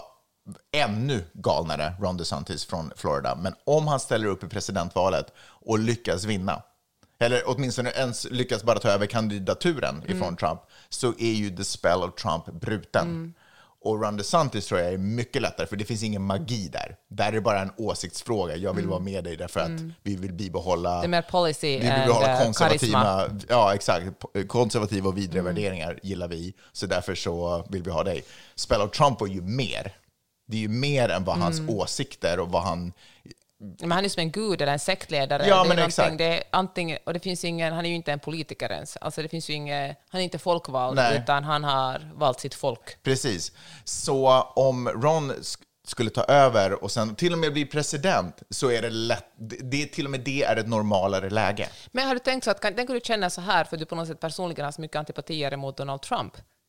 ännu galnare, Ron DeSantis från Florida. Men om han ställer upp i presidentvalet och lyckas vinna, eller åtminstone ens lyckas bara ta över kandidaturen mm. ifrån Trump, så är ju the spell of Trump bruten. Mm. Och Ron DeSantis tror jag är mycket lättare, för det finns ingen magi där. Där är det bara en åsiktsfråga. Jag vill mm. vara med dig därför att mm. vi vill bibehålla... Det är mer policy vi vill bibehålla konservativa, ja, exakt. Konservativa och vidre mm. värderingar gillar vi. Så därför så vill vi ha dig. Spell of Trump är ju mer. Det är ju mer än vad hans mm. åsikter och vad han... Men han är som en gud eller en sektledare. Ja, det men exakt. Det är antingen, och det finns ingen, han är ju inte en politiker ens. Alltså det finns ju inget, han är inte folkvald, Nej. utan han har valt sitt folk. Precis. Så om Ron skulle ta över och sen till och med bli president, så är det lätt, det, till och med det är ett normalare läge. Men har du tänkt så att, kan, tänker du känna så här för du på något sätt personligen har så mycket antipatier mot Donald Trump?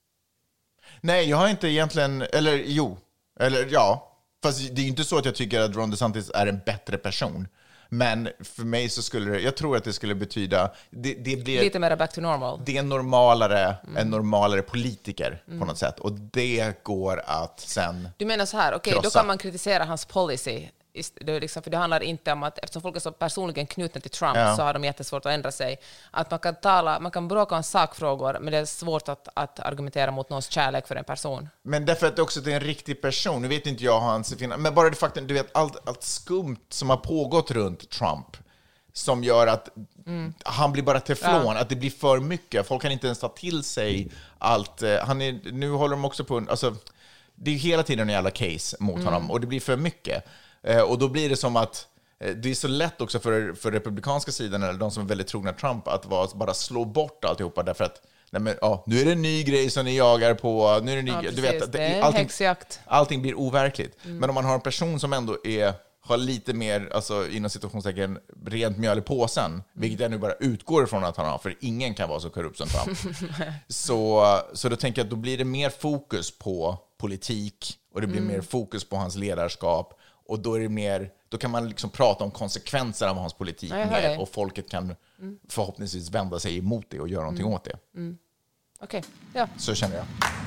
Nej, jag har inte egentligen, eller jo, eller ja, fast det är inte så att jag tycker att Ron DeSantis är en bättre person. Men för mig så skulle det, jag tror att det skulle betyda, det, det blir lite mer back to normal. Det är en normalare, mm. en normalare politiker mm. på något sätt. Och det går att sen Du menar så här, okej, okay, då kan man kritisera hans policy Det är liksom, för det handlar inte om att, eftersom folk är så personligen knutna till Trump Ja. så har de jättesvårt att ändra sig. Att man kan tala, man kan bråka om sakfrågor, men det är svårt att, att argumentera mot någons kärlek för en person. Men därför att det också är en riktig person. Nu vet inte jag hur han ser finna, men bara det faktum, du vet, allt, allt skumt som har pågått runt Trump som gör att mm. han blir bara teflon, ja. Att det blir för mycket. Folk kan inte ens ta till sig allt. Han är, nu håller de också på, alltså, det är hela tiden en jävla case mot mm. honom och det blir för mycket. Eh, och då blir det som att eh, det är så lätt också för, för republikanska sidan eller de som är väldigt trogna Trump att vara, bara slå bort alltihopa därför att nej men, ja, nu är det en ny grej som ni jagar på, nu är det en ny, ja, du vet, det, det är allting, häxjakt. Allting blir overkligt. Mm. Men om man har en person som ändå är har lite mer, alltså inom situationstecken, rent mjöl i påsen, mm. vilket jag nu bara utgår ifrån att han har, för ingen kan vara så korrupt som Trump. så, så då tänker jag att då blir det mer fokus på politik och det blir mm. mer fokus på hans ledarskap och då är det mer, då kan man liksom prata om konsekvenser av hans politik ja, mer och folket kan mm. förhoppningsvis vända sig emot det och göra någonting mm. åt det. Mm. Okej, okay. ja. Så känner jag.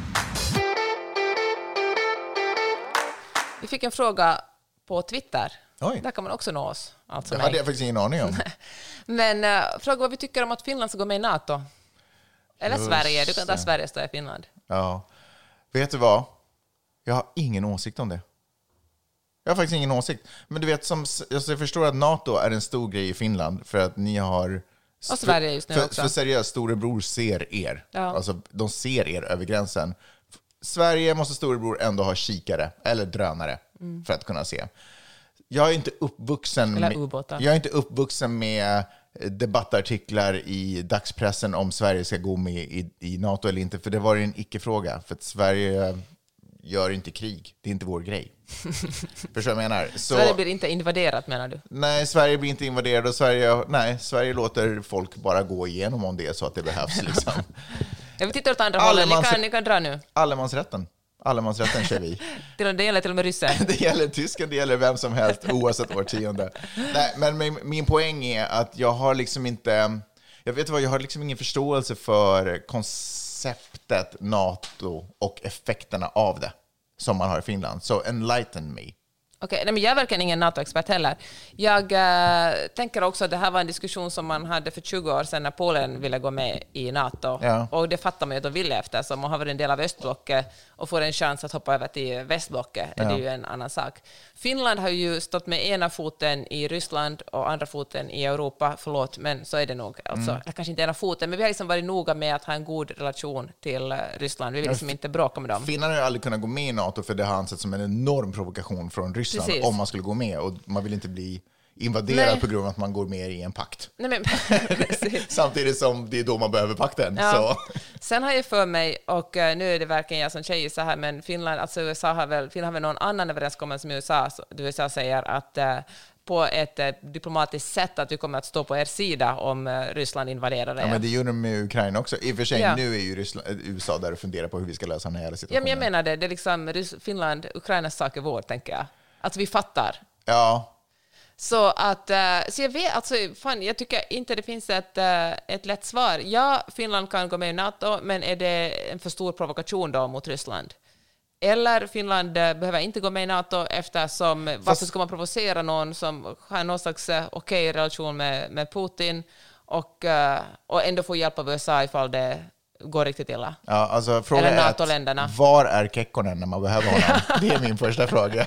Vi fick en fråga på Twitter. Oj. Där kan man också nå oss. Alltså det hade jag faktiskt ingen aning om. Men uh, fråga vad vi tycker om att Finland ska gå med i NATO. Eller Just Sverige. Du kan ta det. Sverige stå i Finland. Ja. Vet du vad? Jag har ingen åsikt om det. Jag har faktiskt ingen åsikt. Men du vet, som, alltså jag förstår att NATO är en stor grej i Finland för att ni har... Och Sverige just nu för, också. För seriöst, storebror ser er. Ja. Alltså, de ser er över gränsen. Sverige måste storebror ändå ha kikare eller drönare mm. för att kunna se. Jag är inte uppvuxen eller med, ubåtar. jag är inte uppvuxen med debattartiklar i dagspressen om Sverige ska gå med i, i NATO eller inte, för det var en icke-fråga. För att Sverige gör inte krig. Det är inte vår grej. Förstår du vad jag menar? Så, Sverige blir inte invaderat, menar du? Nej, Sverige blir inte invaderat och Sverige, nej, Sverige låter folk bara gå igenom om det är så att det behövs. Liksom. Jag vill titta åt andra hållet. Ni kan, ni kan dra nu. Allemansrätten. Allemansrätten kör vi. Det gäller till och med ryssen. Det gäller tysken, det gäller vem som helst oavsett årtionde. Nej, men min, min poäng är att jag har liksom inte... Jag vet vad, jag har liksom ingen förståelse för konceptet NATO och effekterna av det som man har i Finland. Så enlighten me. Okej, okay, men jag är verkligen ingen NATO-expert heller. Jag äh, tänker också att det här var en diskussion som man hade för tjugo år sedan när Polen ville gå med i NATO. Ja. Och det fattar man ju att de ville efter, så man har varit en del av östblocket och får en chans att hoppa över till västblocket. Ja. Det är ju en annan sak. Finland har ju stått med ena foten i Ryssland och andra foten i Europa. Förlåt, men så är det nog. Alltså, mm. Kanske inte ena foten, men vi har liksom varit noga med att ha en god relation till Ryssland. Vi vill liksom inte bråka med dem. Finland har ju aldrig kunnat gå med i NATO för det har ansett som en enorm provokation från Ryssland. Precis. Om man skulle gå med, och man vill inte bli invaderad Nej. På grund av att man går med i en pakt. Nej, men, samtidigt som det är då man behöver pakten. Ja. Så. Sen har jag för mig, och uh, nu är det verkligen jag som tjej så här, men Finland, alltså U S A har väl, Finland har väl någon annan överenskommelse med U S A, det vill säga säger att uh, på ett uh, diplomatiskt sätt att vi kommer att stå på er sida om uh, Ryssland invaderar det. Ja, men det gjorde de med Ukraina också. I och för sig, ja. Nu är ju Ryssland, U S A där och funderar på hur vi ska lösa den här situationen. Ja, men jag menar det, det är liksom Finland, Ukrainas sak är vår, tänker jag. Alltså vi fattar. Ja. Så att, så jag vet, alltså, fan, jag tycker inte det finns ett, ett lätt svar. Ja, Finland kan gå med i NATO, men är det en för stor provokation då mot Ryssland? Eller Finland behöver inte gå med i NATO eftersom, Fast... varför ska man provocera någon som har någon slags okej relation med, med Putin och, och ändå få hjälp av U S A ifall det går riktigt illa? Ja, alltså frågan är att, var är Kekkonen när man behöver honom? Det är min första fråga.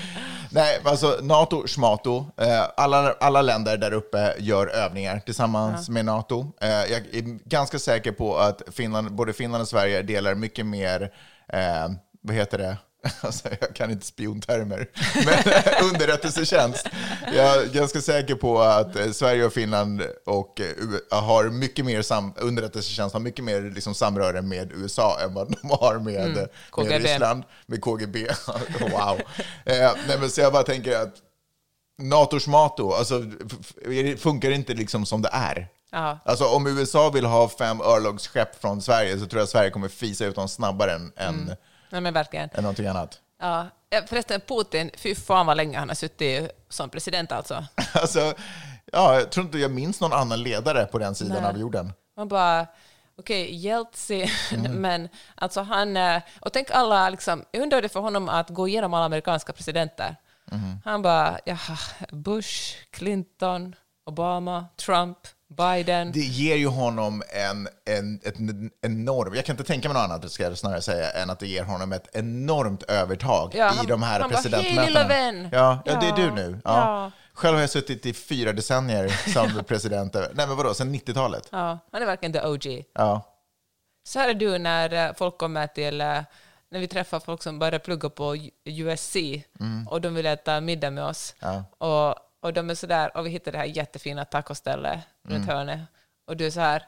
Nej, alltså NATO, schmato. Alla, alla länder där uppe gör övningar tillsammans ja. med NATO. Jag är ganska säker på att Finland, både Finland och Sverige delar mycket mer, eh, vad heter det? Alltså, jag kan inte spiontermer, men underrättelsetjänst. Jag är ganska säker på att Sverige och Finland och har mycket mer sam- underrättelsetjänst har mycket mer liksom samröre med U S A än vad de har med, mm. med Ryssland, med K G B. Wow. eh, nej, men så jag bara tänker att NATOs mato, alltså funkar inte liksom som det är. Aha. Alltså om U S A vill ha fem örlogsskepp från Sverige så tror jag att Sverige kommer fisa ut dem snabbare än mm. Nej, men verkligen. än någonting annat. Ja, förresten Putin, fy fan vad länge han har suttit som president alltså. Alltså, ja, jag tror inte jag minns någon annan ledare på den sidan Nej. av jorden. Man bara, okej, okay, Jeltsin, mm. men alltså han, och tänk alla, liksom, jag undrar det för honom att gå igenom alla amerikanska presidenter. Mm. Han bara, jaha, Bush, Clinton, Obama, Trump, Biden. Det ger ju honom en, en, ett, en enorm, jag kan inte tänka mig något annat, ska jag snarare säga, än att det ger honom ett enormt övertag ja, i han, de här han presidentmötena. Bara, lilla vän. Ja, ja, ja, det är du nu. Ja. Ja. Själv har jag suttit i fyra decennier som president. Nej, men vadå, sen nittiotalet? Ja, han är verkligen the O G. Ja. Så här är du när folk kommer till, när vi träffar folk som bara pluggar på U S C mm. och de vill äta middag med oss. Ja. Och, och de är så där, och vi hittar det här jättefina tacostället runt mm. hörnet. Och du är så här,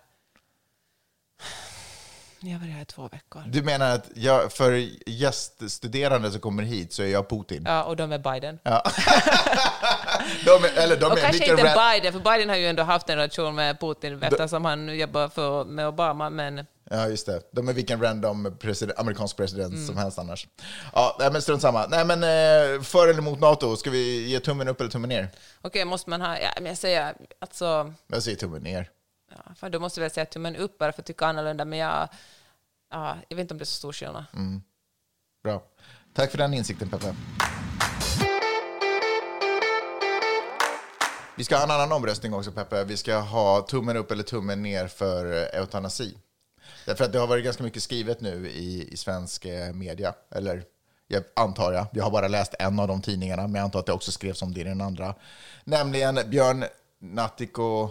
jag har varit här i två veckor. Du menar att jag, för gäststuderande som kommer hit så är jag Putin? Ja, och de är Biden. Ja. de är, eller de och är kanske inte inte red... Biden, för Biden har ju ändå haft en relation med Putin eftersom de... han jobbar för, med Obama, men... Ja, just det. De är vilken random president, amerikansk president mm. som helst annars. Ja, men strunt samma. Nej, men eh, för eller mot NATO, ska vi ge tummen upp eller tummen ner? Okej, okay, måste man ha... Ja, men jag säger alltså... Jag säger tummen ner. Ja, för då måste jag väl säga tummen upp bara för att tycka annorlunda, men jag... Ja, jag vet inte om det är så stor skillnad. Mm. Bra. Tack för den insikten, Peppe. Vi ska ha en annan omröstning också, Peppe. Vi ska ha tummen upp eller tummen ner för eutanasi. Därför att det har varit ganska mycket skrivet nu i, i svensk media. Eller, jag antar jag. Jag har bara läst en av de tidningarna, men jag antar att det också skrevs om det i den andra. Nämligen Björn Natthiko...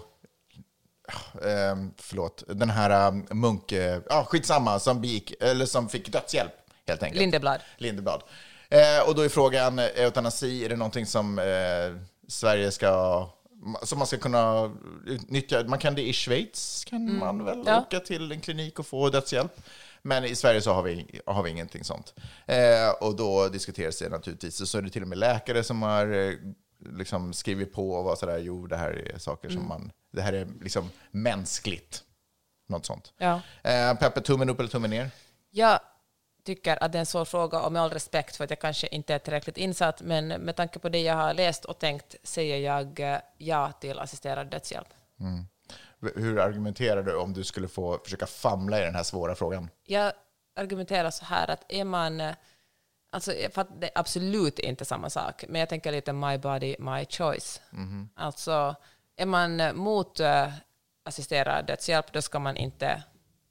Eh, förlåt, den här um, munk, ja ah, skitsamma, som begick, eller som fick dödshjälp helt enkelt. Lindeblad. Lindeblad. Eh, och då är frågan, eutanasi, är det någonting som eh, Sverige ska, som man ska kunna utnyttja? Man kan det i Schweiz, kan mm. man väl ja. åka till en klinik och få dödshjälp. Men i Sverige så har vi, har vi ingenting sånt. Eh, och då diskuteras det naturligtvis, så är det till och med läkare som har eh, liksom skrivit på och var sådär, jo det här är saker mm. som man, det här är liksom mänskligt. Något sånt. Ja. Eh, Peppe, tummen upp eller tummen ner? Jag tycker att det är en svår fråga, och med all respekt för att jag kanske inte är tillräckligt insatt, men med tanke på det jag har läst och tänkt säger jag ja till assisterad dödshjälp. Mm. Hur argumenterar du om du skulle få försöka famla i den här svåra frågan? Jag argumenterar så här att är man... Alltså, för att det är absolut inte samma sak, men jag tänker lite my body, my choice. Mm. Alltså, är man mot uh, assisterad dödshjälp, då ska man inte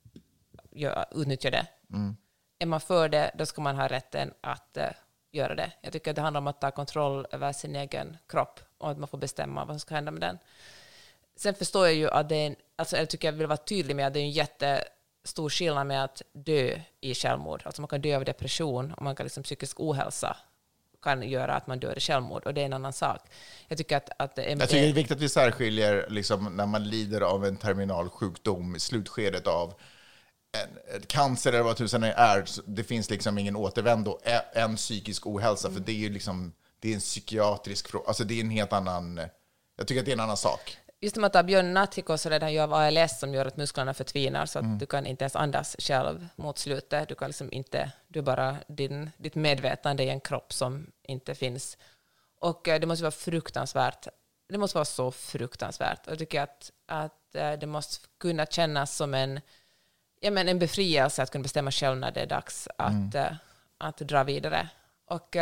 göra, utnyttja det. Mm. Är man för det, då ska man ha rätten att uh, göra det. Jag tycker att det handlar om att ta kontroll över sin egen kropp och att man får bestämma vad som ska hända med den. Sen förstår jag ju att det är en, alltså jag tycker jag vill vara tydlig med att det är en jättestor skillnad med att dö i självmord. Alltså man kan dö av depression och man kan liksom psykisk ohälsa kan göra att man dör i självmord, och det är en annan sak. Jag tycker att, att det är... Jag tycker det är viktigt att vi särskiljer liksom, när man lider av en terminal sjukdom i slutskedet av en, en cancer eller vad tusen är. Det finns liksom ingen återvändo, en psykisk ohälsa, mm. för det är ju liksom, det är en psykiatrisk fråga. Alltså det är en helt annan... Jag tycker att det är en annan sak. Just som att ha Björn Natthiko så redan gör av A L S som gör att musklerna förtvinar så att mm. du kan inte ens andas själv mot slutet. Du kan liksom inte, du är bara din, ditt medvetande i en kropp som inte finns. Och det måste vara fruktansvärt. Det måste vara så fruktansvärt. Och jag tycker att, att det måste kunna kännas som en, ja, men en befrielse att kunna bestämma själv när det är dags att, mm. att dra vidare. Och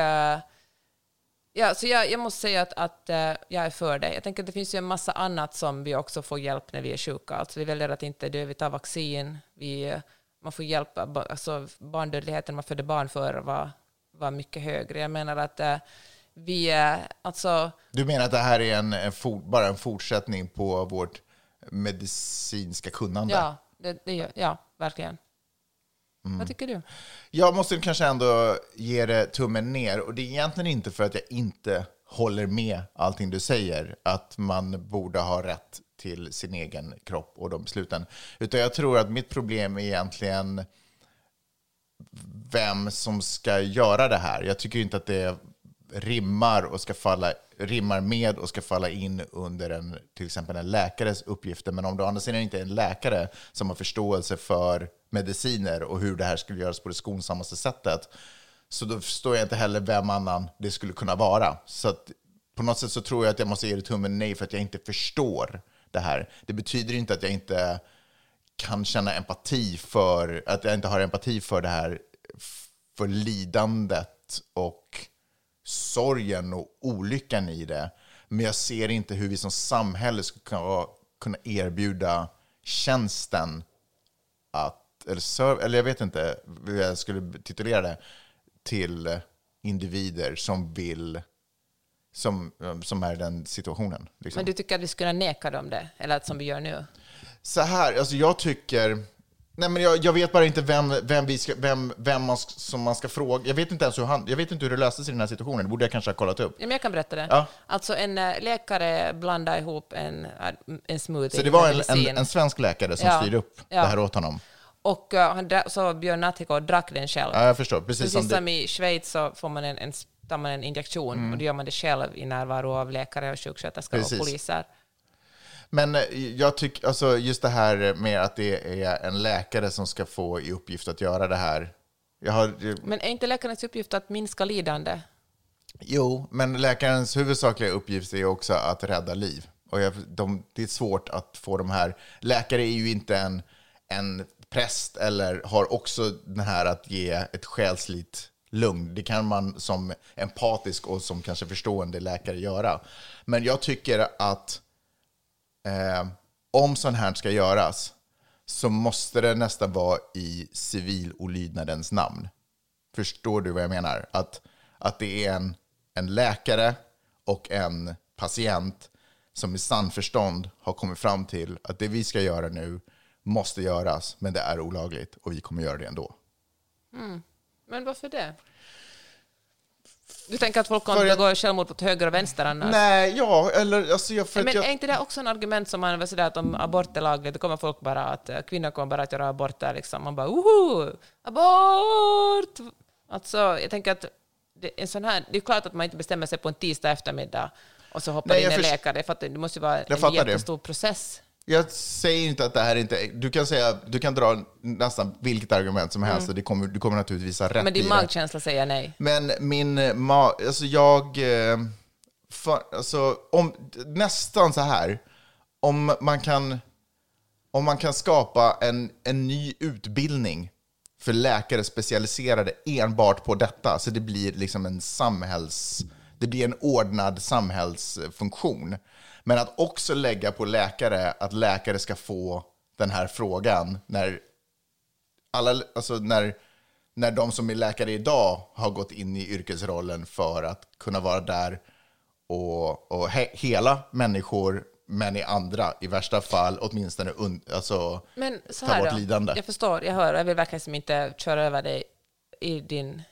ja, så jag, jag måste säga att, att uh, jag är för det. Jag tänker att det finns ju en massa annat som vi också får hjälp när vi är sjuka. Alltså vi väljer att inte dö, vi tar vaccin. Vi, man får hjälp, alltså barndödligheten man födde barn för var, var mycket högre. Jag menar att uh, vi, uh, alltså... Du menar att det här är en, en for, bara en fortsättning på vårt medicinska kunnande? Ja, det, det, ja verkligen. Mm. Vad tycker du? Jag måste kanske ändå ge det tummen ner. Och det är egentligen inte för att jag inte håller med allting du säger. Att man borde ha rätt till sin egen kropp och de besluten. Utan jag tror att mitt problem är egentligen vem som ska göra det här. Jag tycker inte att det rimmar och ska falla rimmar med och ska falla in under en, till exempel en läkares uppgifter. Men om du å andra sidan inte är en läkare som har förståelse för mediciner och hur det här skulle göras på det skonsammaste sättet, så då förstår jag inte heller vem annan det skulle kunna vara. Så att på något sätt så tror jag att jag måste ge det tummen nej för att jag inte förstår det här. Det betyder inte att jag inte kan känna empati för, att jag inte har empati för det här, för lidandet och sorgen och olyckan i det. Men jag ser inte hur vi som samhälle ska kunna erbjuda tjänsten att, eller, serv, eller jag vet inte hur jag skulle titulera det, till individer som vill, som, som är den situationen. Liksom. Men du tycker att vi skulle neka dem det? Eller att som vi gör nu? Så här, alltså jag tycker... Nej, men jag, jag vet bara inte vem, vem, vi ska, vem, vem man, som man ska fråga. Jag vet inte ens hur, han, jag vet inte hur det löstes i den här situationen. Det borde jag kanske ha kollat upp. Ja, men jag kan berätta det. Ja. Alltså en äh, läkare blandade ihop en, en smoothie. Så det var en, en, en, en svensk läkare som ja. styrde upp ja. det här åt honom. Och uh, han dra- så Björn Natthiko drack den själv. Ja, jag förstår. Precis, Precis som, som det... i Schweiz så får man en, en, tar man en injektion mm. och då gör man det själv i närvaro av läkare och sjuksköterskor Precis. och poliser. Men jag tycker, alltså just det här med att det är en läkare som ska få i uppgift att göra det här. Jag har... Men är inte läkarens uppgift att minska lidande? Jo, men läkarens huvudsakliga uppgift är också att rädda liv. Och jag, de, det är svårt att få de här... Läkare är ju inte en, en präst eller har också den här att ge ett själsligt lugn. Det kan man som empatisk och som kanske förstående läkare göra. Men jag tycker att eh, om sånt här ska göras så måste det nästan vara i civil olydnadens namn. Förstår du vad jag menar? Att, att det är en, en läkare och en patient som i samförstånd har kommit fram till att det vi ska göra nu måste göras, men det är olagligt och vi kommer göra det ändå. Mm. Men varför det? Du tänker att folk kommer att gå självmord åt höger och vänster annars? Nej, ja, eller... Alltså jag, för men jag... är inte det också en argument som man vill säga att om abort är lagligt, då kommer folk bara att kvinnor kommer bara att göra aborter liksom. Man bara, oho, abort! Alltså, jag tänker att det är, en sån här, det är klart att man inte bestämmer sig på en tisdag eftermiddag och så hoppar Nej, in en först... läkare, för att det måste vara en jättestor det. process. Jag säger inte att det här inte... Du kan, säga, du kan dra nästan vilket argument som helst mm. och det kommer, du kommer naturligtvis ha rätt. Men din magkänsla säger nej. Men min ma... Alltså jag... För, alltså, om, nästan så här. Om man kan, om man kan skapa en, en ny utbildning för läkare specialiserade enbart på detta, så det blir liksom en samhälls... Det blir en ordnad samhällsfunktion. Men att också lägga på läkare att läkare ska få den här frågan när, alla, alltså när, när de som är läkare idag har gått in i yrkesrollen för att kunna vara där och, och he, hela människor, men i andra, i värsta fall åtminstone un, alltså, men så ta här bort då. lidande. Jag förstår, jag hör, jag vill verkligen inte köra över dig i din...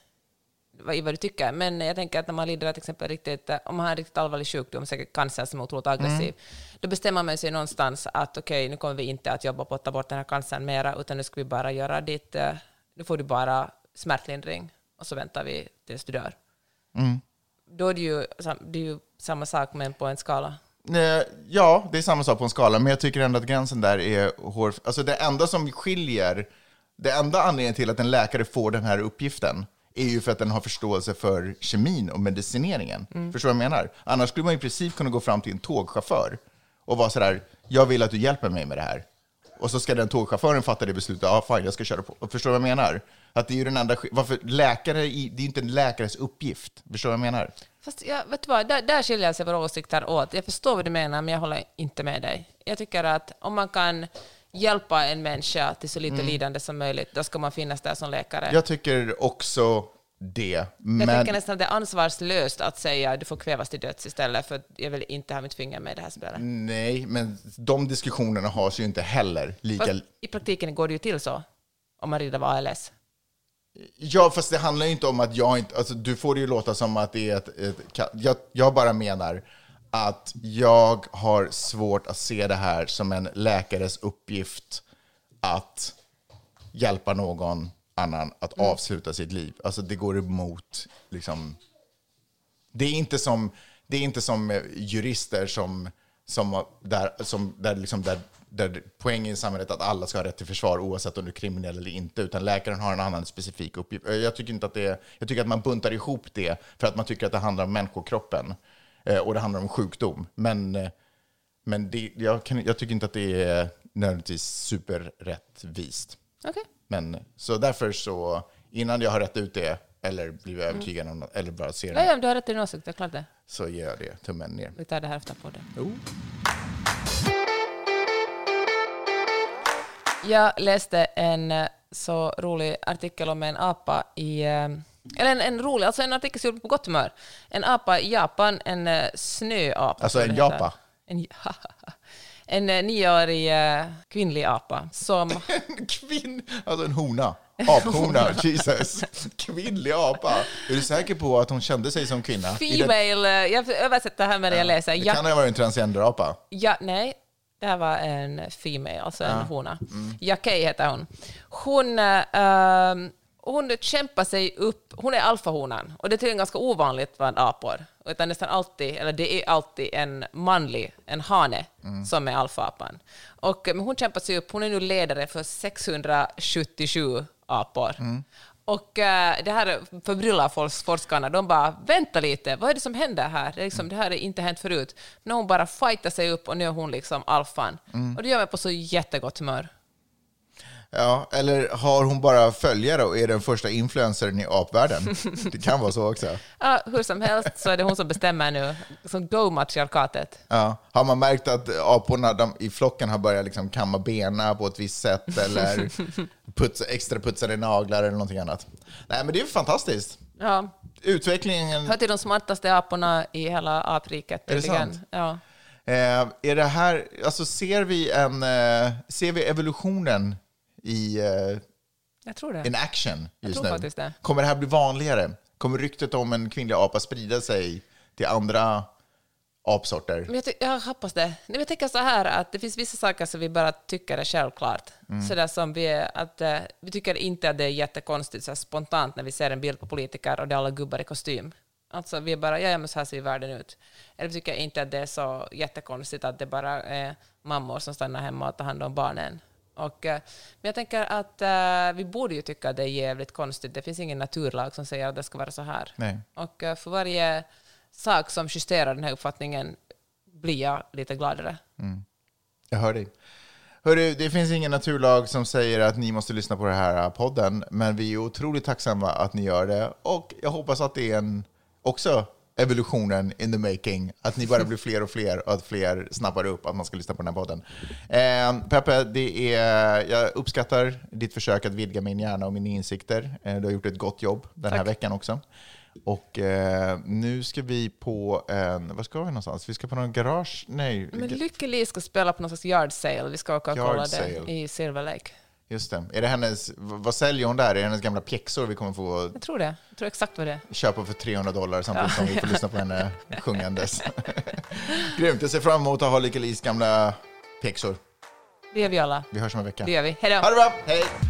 i vad du tycker, men jag tänker att när man lider till exempel riktigt, om man har en riktigt allvarlig sjukdom, säkert cancer som är otroligt aggressiv, mm. då bestämmer man sig någonstans att okej, okay, nu kommer vi inte att jobba på att ta bort den här cancern mera, utan nu ska vi bara göra ditt, nu får du bara smärtlindring och så väntar vi tills du dör. Mm. Då är det, ju, det är ju samma sak, men på en skala. Ja, det är samma sak på en skala, men jag tycker ändå att gränsen där är hård. Alltså det enda som skiljer, det enda anledningen till att en läkare får den här uppgiften är ju för att den har förståelse för kemin och medicineringen. Mm. Förstår du vad jag menar? Annars skulle man i princip kunna gå fram till en tågchaufför och vara sådär, jag vill att du hjälper mig med det här. Och så ska den tågchauffören fatta det beslutet, ja fan, jag ska köra på. Förstår du vad jag menar? Att det är ju den enda, varför läkare, det är ju inte en läkares uppgift. Förstår du vad jag menar? Fast jag, vet du vad, där, där skiljer sig våra åsikter åt. Jag förstår vad du menar, men jag håller inte med dig. Jag tycker att om man kan hjälpa en människa till så lite mm. lidande som möjligt, då ska man finnas där som läkare. Jag tycker också det. Men... Jag tycker nästan att det är ansvarslöst att säga att du får kvävas till döds istället, för jag vill inte ha mitt finger med i det här spelet. Nej, men de diskussionerna har sig ju inte heller lika... Fast i praktiken går det ju till så, om man rider av A L S. Ja, fast det handlar ju inte om att jag inte... Alltså, du får det ju låta som att det är ett... ett jag, jag bara menar att jag har svårt att se det här som en läkares uppgift att hjälpa någon annan att mm. avsluta sitt liv. Alltså det går emot liksom, det är inte som det är inte som jurister som som där som där liksom där där poängen i samhället att alla ska ha rätt till försvar oavsett om du är kriminell eller inte, utan läkaren har en annan specifik uppgift. Jag tycker inte att det jag tycker att man buntar ihop det för att man tycker att det handlar om människokroppen och det handlar om sjukdom, men men det, jag kan jag tycker inte att det är nödvändigtvis superrättvist. Okej. Okay. Men så därför så, innan jag har rätt ut det, eller blivit övertygad om något, eller bara ser Ja, den, ja, du har rätt i din åsikt, det är klart det. så gör jag det. Tummen ner. Vi tar det här efter på det. Oh. Jag läste en eh, så rolig artikel om en apa i... eh, Eller en, en rolig, alltså en artikel som gjorde på gott humör. En apa i Japan, en eh, snöapa. Alltså tror en det heter. japa? En, en eh, nioårig eh, kvinnlig apa som... En kvinn, alltså en hona. Aphona, Jesus. Kvinnlig apa. Är du säker på att hon kände sig som kvinna? Female, eh, jag översätter här med det jag läser. Det Ja, kan ha varit en transgender-apa. ja, nej. Det här var en female, alltså en Ja. hona. Mm. Jakei heter hon. Hon, äh, hon kämpar sig upp. Hon är alfahonan. Och det är tydligen ganska ovanligt bland apor. Utan nästan alltid, eller det är alltid en manlig, en hane, mm. som är alfaapan. Och men hon kämpar sig upp. Hon är nu ledare för sexhundrasjuttiosju apor. Mm. Och äh, det här förbryllar folks forskarna. De bara, vänta lite, vad är det som händer här? Det, är liksom, det här har inte hänt förut. Men hon bara fightar sig upp och nu är hon liksom alfan. Mm. Och det gör mig på så jättegott humör. Ja, eller har hon bara följare och är den första influencern i apvärlden? Det kan vara så också. Ja, hur som helst så är det hon som bestämmer nu. Som go-matriarkatet. Ja. Har man märkt att aporna de, i flocken har börjat liksom kamma bena på ett visst sätt eller putsa, extra putsade naglar eller någonting annat? Nej, men det är fantastiskt. Ja. Utvecklingen... Hör till de smartaste aporna i hela apriket. Är det sant? Ja. Eh, är det här, alltså ser vi en, eh, ser vi evolutionen i eh, Jag tror det. en action Jag just tror nu? faktiskt det. Kommer det här bli vanligare? Kommer ryktet om en kvinnlig apa sprida sig till andra apsorter? Men jag, ty- jag hoppas det. Nej, jag tänker så här att det finns vissa saker som vi bara tycker är självklart. Mm. Så där som vi är, att eh, vi tycker inte att det är jättekonstigt så här spontant när vi ser en bild på politiker och det är alla gubbar i kostym. Alltså vi är bara, ja, men så här ser världen ut. Eller vi tycker inte att det är så jättekonstigt att det bara är mammor som stannar hemma och tar hand om barnen. Och, eh, men jag tänker att eh, vi borde ju tycka att det är jävligt konstigt. Det finns ingen naturlag som säger att det ska vara så här. Nej. Och eh, för varje sak som justerar den här uppfattningen blir jag lite gladare. Mm. Jag hör dig. Hörru, det finns ingen naturlag som säger att ni måste lyssna på den här podden, men vi är otroligt tacksamma att ni gör det. Och jag hoppas att det är en, också evolutionen in the making, att ni bara blir fler och fler och att fler snappar upp att man ska lyssna på den här podden. Eh, Peppe, det är, jag uppskattar ditt försök att vidga min hjärna och mina insikter. Eh, du har gjort ett gott jobb den här Tack. veckan också. Och eh, nu ska vi på en, vad ska vi någonstans? Vi ska på någon garage? Nej. Men Lykke Li ska spela på någon slags yard sale. Vi ska åka och Yard kolla sale. det i Silver Lake. Just det. Är det hennes, vad säljer hon där? Är det hennes gamla pjäxor vi kommer få Jag tror det. Jag tror exakt vad det är. köpa för trehundra dollar samtidigt Ja. som vi får lyssna på henne sjungandes? Grymt. Jag ser fram emot att ha Lykke Lis gamla pjäxor. Det gör vi alla. Vi hörs om en vecka. Det gör vi. Hej då! Ha det bra! Hej!